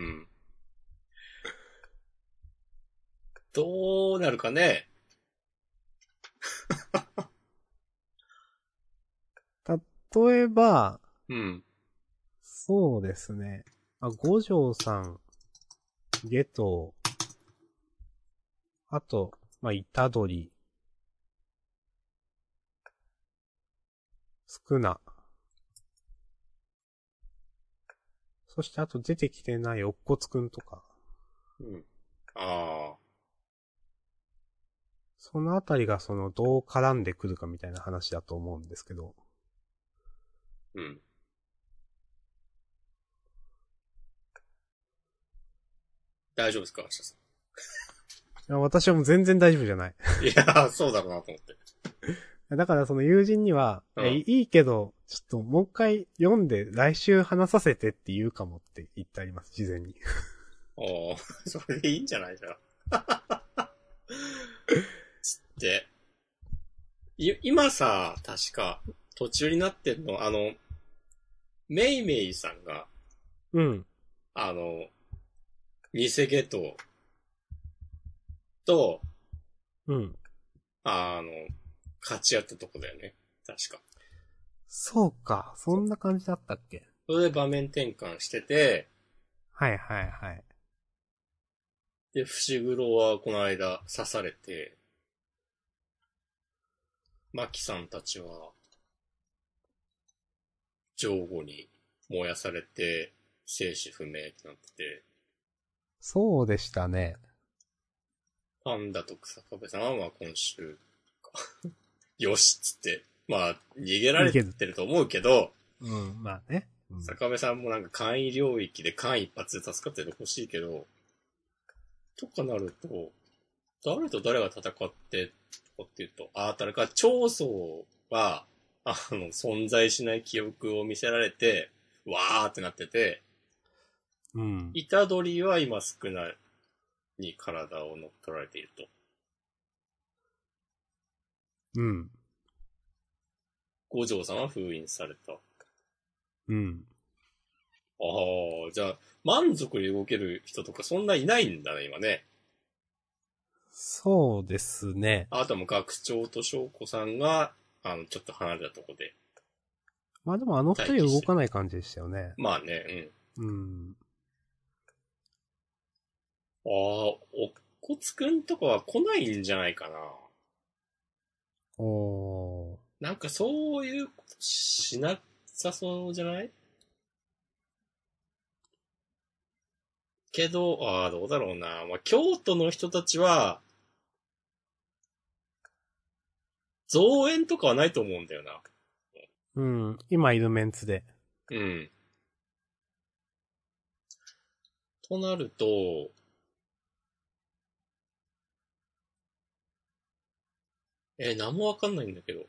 どうなるかね。 例えば、 うん。 そうですね。あ、五条さん、ゲトあと、まあ、イタドリ、スクナ。そしてあと出てきてないおっこつくんとか。 うん。ああ。 そのあたりがそのどう絡んでくるかみたいな話だと思うんですけど。 うん。大丈夫ですか、明日さん。 いや、私はもう全然大丈夫じゃない。 いや、そうだろうなと思って。 だからその友人には、うん、いいいけど、ちょっともう一回読んで来週話させてって言うかもって言ってあります、事前に。 おー、それでいいんじゃないじゃん。つって。今さ、確か、途中になってんの、あの、メイメイさんが、 うん。 あの、偽ゲトと、 うん。 あの、勝ち合ったとこだよね。確か。 そうか。そんな感じだったっけ？ それで場面転換してて、 はいはいはい。 で、伏黒はこの間刺されて、マキさんたちは、上後に燃やされて、生死不明ってなってて。 そうでしたね。 パンダと草壁さんはまあ今週か。よしっつって。まあ、逃げられてると思うけど、 うん、まあね。 うん、坂部さんもなんか簡易領域で間一髪で助かっててほしいけど、とかなると、誰と誰が戦って、とかっていうと、ああ、誰か、長宗は、あの、存在しない記憶を見せられて、わーってなってて、 うん。 虎杖は今少ないに体を乗っ取られていると。 うん。 五条さんは封印された。 うん。 ああ、じゃあ、満足に動ける人とかそんないないんだね、今ね。 そうですね。 あとはもう学長と翔子さんが、あの、ちょっと離れたとこで。 まあでもあの二人動かない感じでしたよね。 まあね、 うん。うん。 ああ、おっこつくんとかは来ないんじゃないかな。 おー。 なんかそういうことしなさそうじゃないけど、ああ、どうだろうな。まあ、京都の人たちは、増援とかはないと思うんだよな。 うん。今いるメンツで。 うん。となると、えー、何もわかんないんだけど。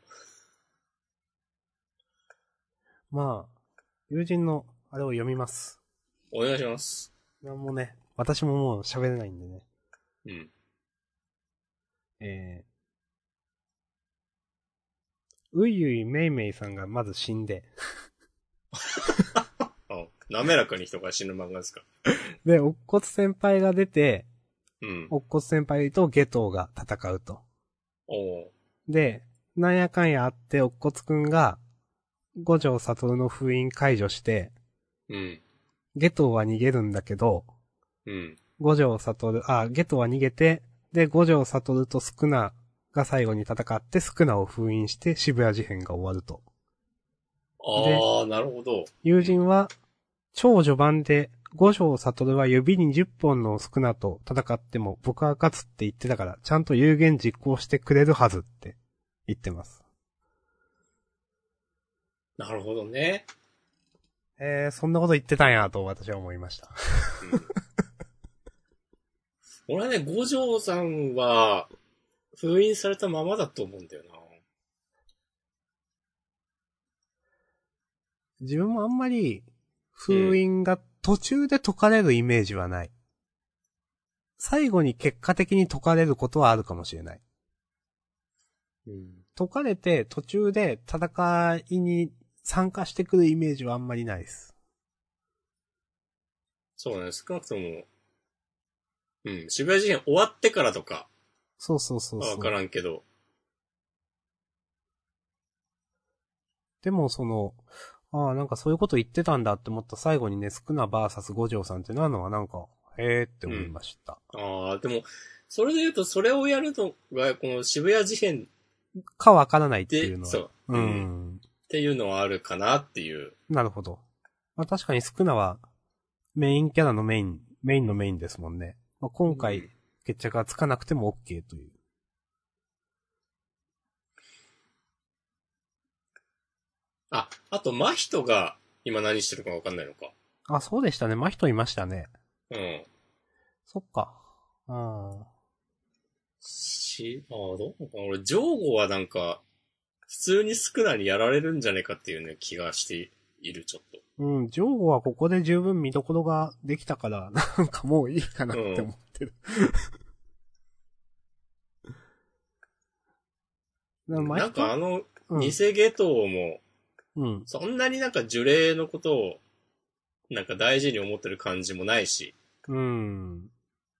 まあ、友人のあれを読みます。 お願いします。 なんもね、私ももう喋れないんでね。 うん。 えー、 ういういめいめいさんがまず死んで。 あ、滑らかに人が死ぬ漫画ですか。 で、乙骨先輩が出て、 うん。 乙骨先輩とゲトウが戦うと。 おう。 で、なんやかんやあって乙骨くんが、五条悟の封印解除して、 うん。 ゲトウは逃げるんだけど、 うん。 五条悟、あ、ゲトウは逃げて、で、五条悟とスクナが最後に戦って、スクナを封印して渋谷事変が終わると。 ああ、なるほど。 友人は、超序盤で、五条悟は指にじゅっぽんのスクナと戦っても僕は勝つって言ってたから、ちゃんと有言実行してくれるはずって言ってます。 なるほどね。 えー、そんなこと言ってたんやと私は思いました。 うん、俺はね、五条さんは、封印されたままだと思うんだよな。 自分もあんまり、封印が途中で解かれるイメージはない。最後に結果的に解かれることはあるかもしれない。 うん、 解かれて途中で戦いに参加してくるイメージはあんまりないです。 そうね、少なくとも、うん、渋谷事変終わってからとか、 そうそうそうそう。 わからんけど。 でもその、ああ、なんかそういうこと言ってたんだって思った最後にね、スクナバーサス五条さんってなのはなんか、へーって思いました。 うん、ああ、でも、それで言うと、それをやるのが、この渋谷事変かわからないっていうのは。 そう。 うん。 っていうのはあるかなっていう。 なるほど。まあ確かにスクナは、メインキャラのメイン、メインのメインですもんね。まあ、今回、決着がつかなくても OK という。 あ、あと、真人が今何してるかわかんないのか。 あ、そうでしたね。真人いましたね。 うん。 そっか。うん。 し、ああ、どうなのかな。俺、ジョーゴはなんか、普通にスクナにやられるんじゃねえかっていうね、気がしている、ちょっと。 うん、ジョーゴはここで十分見どころができたから、なんかもういいかなって思ってる。 うん、なんかあの、 うん、 偽ゲトウも、 うん。 そんなになんか呪霊のことを、なんか大事に思ってる感じもないし。 うん。 うん。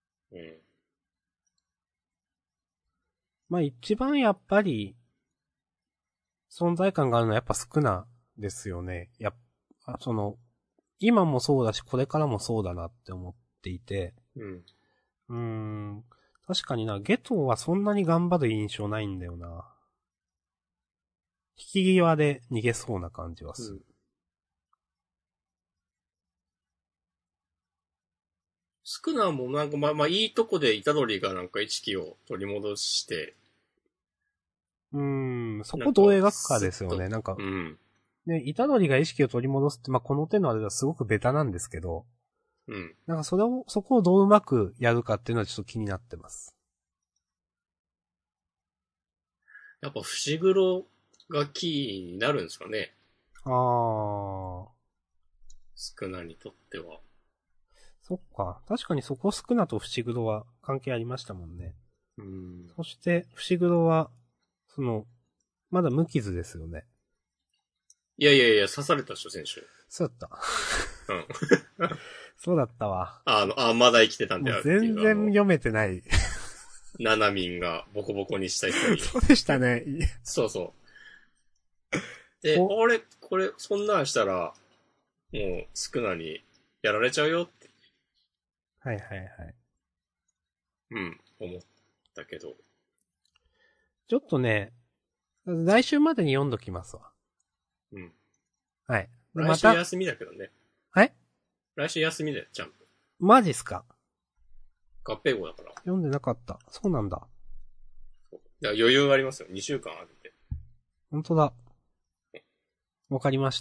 まあ一番やっぱり、存在感があるのはやっぱ少なですよね。やっぱ、その、今もそうだし、これからもそうだなって思っていて。 うん。 うーん。確かにな、ゲトはそんなに頑張る印象ないんだよな。引き際で逃げそうな感じはする。うん、 スクナもなんかまあまあいいとこでイタドリがなんか意識を取り戻して、 うーん、そこどう描くかですよね。なんか、 うん。 ね、イタドリが意識を取り戻すって、まあこの手のあれはすごくベタなんですけど、 うん。 なんかそれを、そこをどううまくやるかっていうのはちょっと気になってます。 やっぱ伏黒がキーになるんですかね。 あー。 スクナにとっては。 そっか。確かにそこスクナと伏黒は関係ありましたもんね。 うん。 そして、伏黒は、その、まだ無傷ですよね。 いやいやいや、刺されたでしょ、選手。 そうだった。 うん。 そうだったわ。 あの、あ、まだ生きてたんだよっていう。 全然読めてない。 ナナミンがボコボコにした人に。 そうでしたね。 そうそう。で、あれ、これ、そんなんしたら、もう、スクナにやられちゃうよって。 はいはいはい。 うん、思ったけど。 ちょっとね、来週までに読んどきますわ。 うん。 はい。 来週休みだけどね。 はい？ 来週休みだよ、ジャンプ。 マジっすか？ 合併号だから。 読んでなかった。そうなんだ。 だから余裕がありますよ。にしゅうかんあるんで。 ほんとだ。わかりました。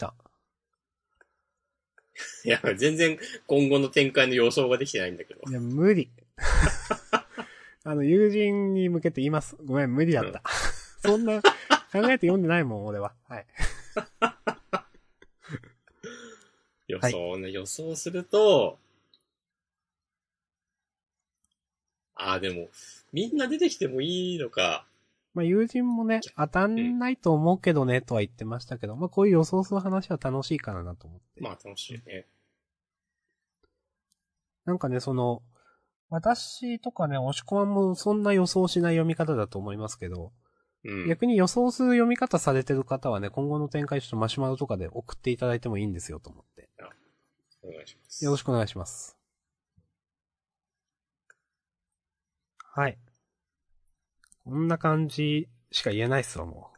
いや、全然今後の展開の予想ができてないんだけど。 いや、無理。あの、友人に向けて言います。ごめん、無理だった。うん、そんな、考えて読んでないもん、俺は。はい。 予想ね、はい、予想すると、ああ、でも、みんな出てきてもいいのか。 まあ友人もね、当たんないと思うけどね、とは言ってましたけど、まあこういう予想する話は楽しいからなと思って。 まあ楽しいね。 なんかね、その、私とかね、押し込まんもそんな予想しない読み方だと思いますけど、 うん。 逆に予想する読み方されてる方はね、今後の展開ちょっとマシュマロとかで送っていただいてもいいんですよと思って。 お願いします。 よろしくお願いします。はい。こんな感じしか言えないっすわ、も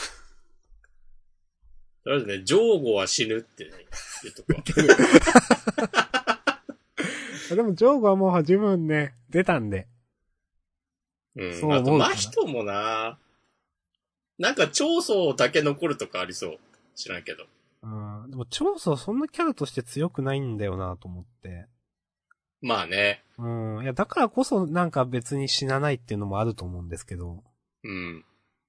とりあえずね、ジョーゴは死ぬってね、言うとこう。でも、ジョーゴはもう十分ね、出たんで。 うん。 そうあと、 思うかな真人もな、なんか長宗だけ残るとかありそう。知らんけど。 うん。でも、長宗そんなキャラとして強くないんだよなと思って。 まあね。 うん。いや、だからこそなんか別に死なないっていうのもあると思うんですけど。 うん。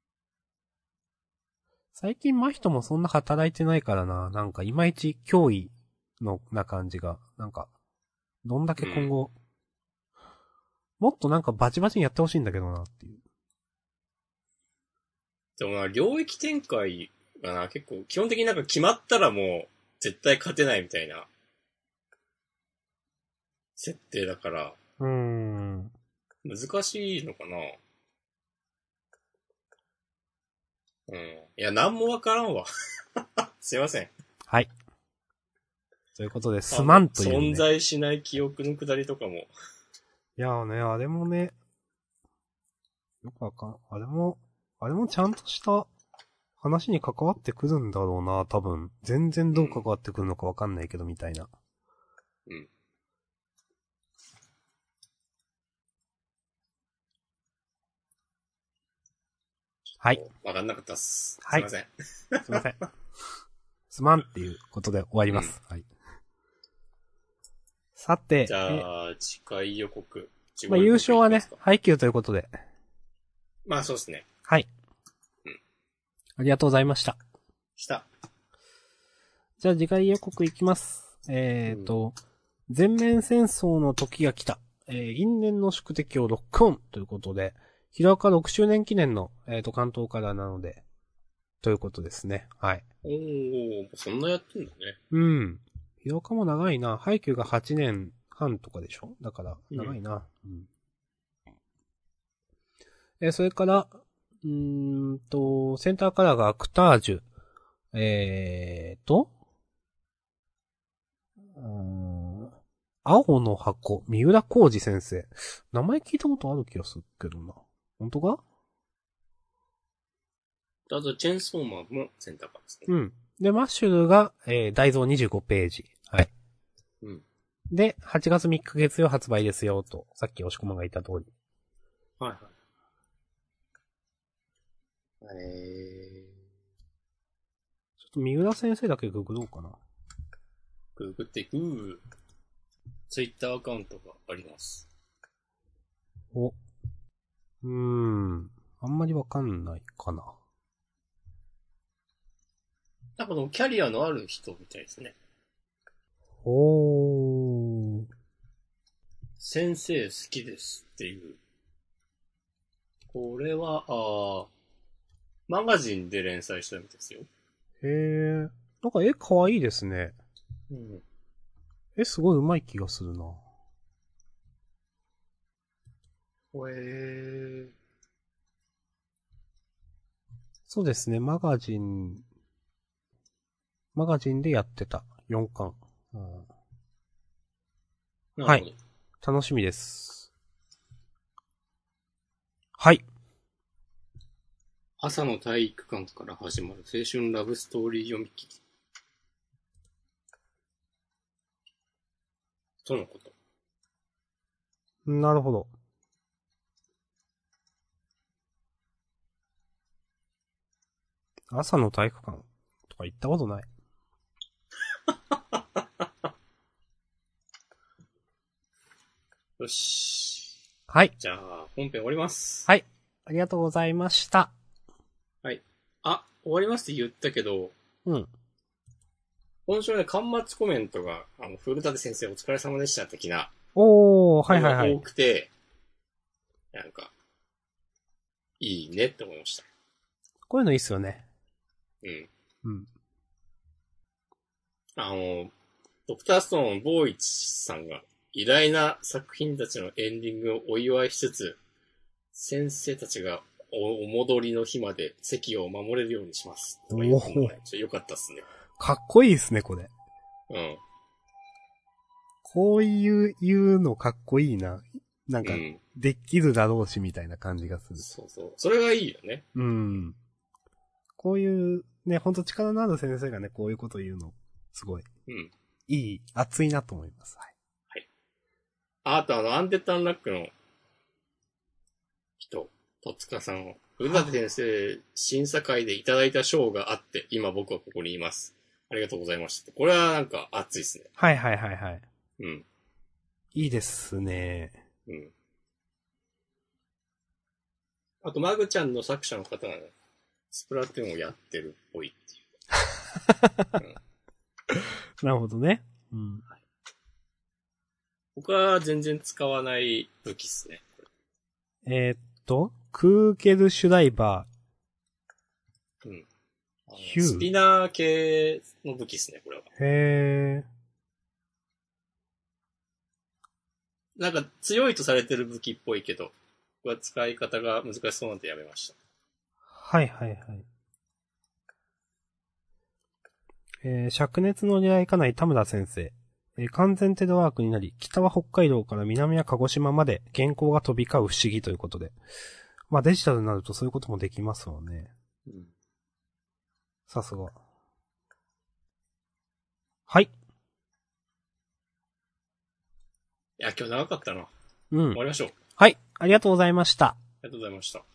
最近真人もそんな働いてないからな。なんかいまいち脅威のな感じが。なんか、どんだけ今後、うん、もっとなんかバチバチにやってほしいんだけどなっていう。 でもな、領域展開がな、結構、基本的になんか決まったらもう、絶対勝てないみたいな、設定だから。 うーん。 難しいのかな。うん。いや、なんもわからんわ。すいません。 はい。ということで、すまんという、ね。 存在しない記憶のくだりとかも。 いやーね、あれもね、よくわかん、あれも、あれもちゃんとした話に関わってくるんだろうな、多分。全然どう関わってくるのかわかんないけど、みたいな。 うん。 はい。 わかんなかったっす。 はい。 すいません。 すいません。すまんっていうことで終わります。うん、はい。さて。 じゃあ、次回予告。 まあ優勝はね、配給ということで。 まあそうですね。 はい。 うん。 ありがとうございました。 した。 じゃあ次回予告いきます。えーと、うん、全面戦争の時が来た。えー、因縁の宿敵をロックオンということで、ヒロアカろくしゅうねん記念の、えーと、関東からなので、ということですね。はい。 おー、そんなやってんだね。 うん。ヒロアカも長いな。配給がはちねんはんとかでしょだから、長いな。うん。うん、えー、それから、うーんと、センターカラーがアクタージュ。えーと、うーん青の箱、三浦浩二先生。名前聞いたことある気がするけどな。本当か？ あと、チェーンソーマンもセンターカラーですね。 うん。で、マッシュルが、えー、大蔵にじゅうごページ。はい。 うん。 で、はちがつみっか月曜発売ですよ、と。さっき押し込まが言った通り。 はいはい。えー。 ちょっと三浦先生だけググろうかな。 ググっていく。ツイッターアカウントがあります。 お。うーん。あんまりわかんないかな。 なんかでもキャリアのある人みたいですね。 おー。 先生好きですっていう。これは、あマガジンで連載したみたいですよ。 へー。なんか絵かわいいですね。 うん。 絵すごい上手い気がするな。 へー。 そうですね、マガジン、マガジンでやってた。よんかん。うん、はい。楽しみです。はい。 朝の体育館から始まる青春ラブストーリー読み切り。とのこと。 なるほど。朝の体育館とか行ったことない。 よし。 はい。 じゃあ、本編終わります。 はい。ありがとうございました。 はい。あ、終わりますって言ったけど、 うん。 今週ね、端末コメントが、あの、古舘先生お疲れ様でした的な。 おー、はいはいはい。 多くて、なんか、 いいねって思いました。 こういうのいいっすよね。 うん。 うん。 あの、ドクターストーン、ボーイチさんが、偉大な作品たちのエンディングをお祝いしつつ、先生たちがお戻りの日まで席を守れるようにします。 おおお。 よかったっすね。 かっこいいですね、これ。 うん。 こういう、いうのかっこいいな。なんか、 うん、 できるだろうしみたいな感じがする。 そうそう。それがいいよね。 うん。こういう、ね、ほんと力のある先生がね、こういうこと言うの、すごい。 うん。 いい、熱いなと思います。はい。 はい。あとあの、アンデッドアンラックの人、戸塚さんを、古舘先生、審査会でいただいた賞があって、今僕はここにいます。ありがとうございました。これはなんか熱いですね。 はいはいはいはい。 うん。 いいですね。 うん。あと、マグちゃんの作者の方がね、スプラトゥーンをやってるっぽいっていう。うん、 なるほどね。うん。 はい、僕は全然使わない武器っすね。 えー、っと、クーケルシュライバー。うん。 ヒュー。 スピナー系の武器っすね、これは。 へー。 なんか強いとされてる武器っぽいけど、僕は使い方が難しそうなんでやめました。 はいはいはい。えー、灼熱の出会いかない田村先生。えー、完全テレワークになり、北は北海道から南は鹿児島まで原稿が飛び交う不思議ということで。まあデジタルになるとそういうこともできますわね。 うん、 さすが。はい。 いや、今日長かったな。 うん。 終わりましょう。 はい。ありがとうございました。 ありがとうございました。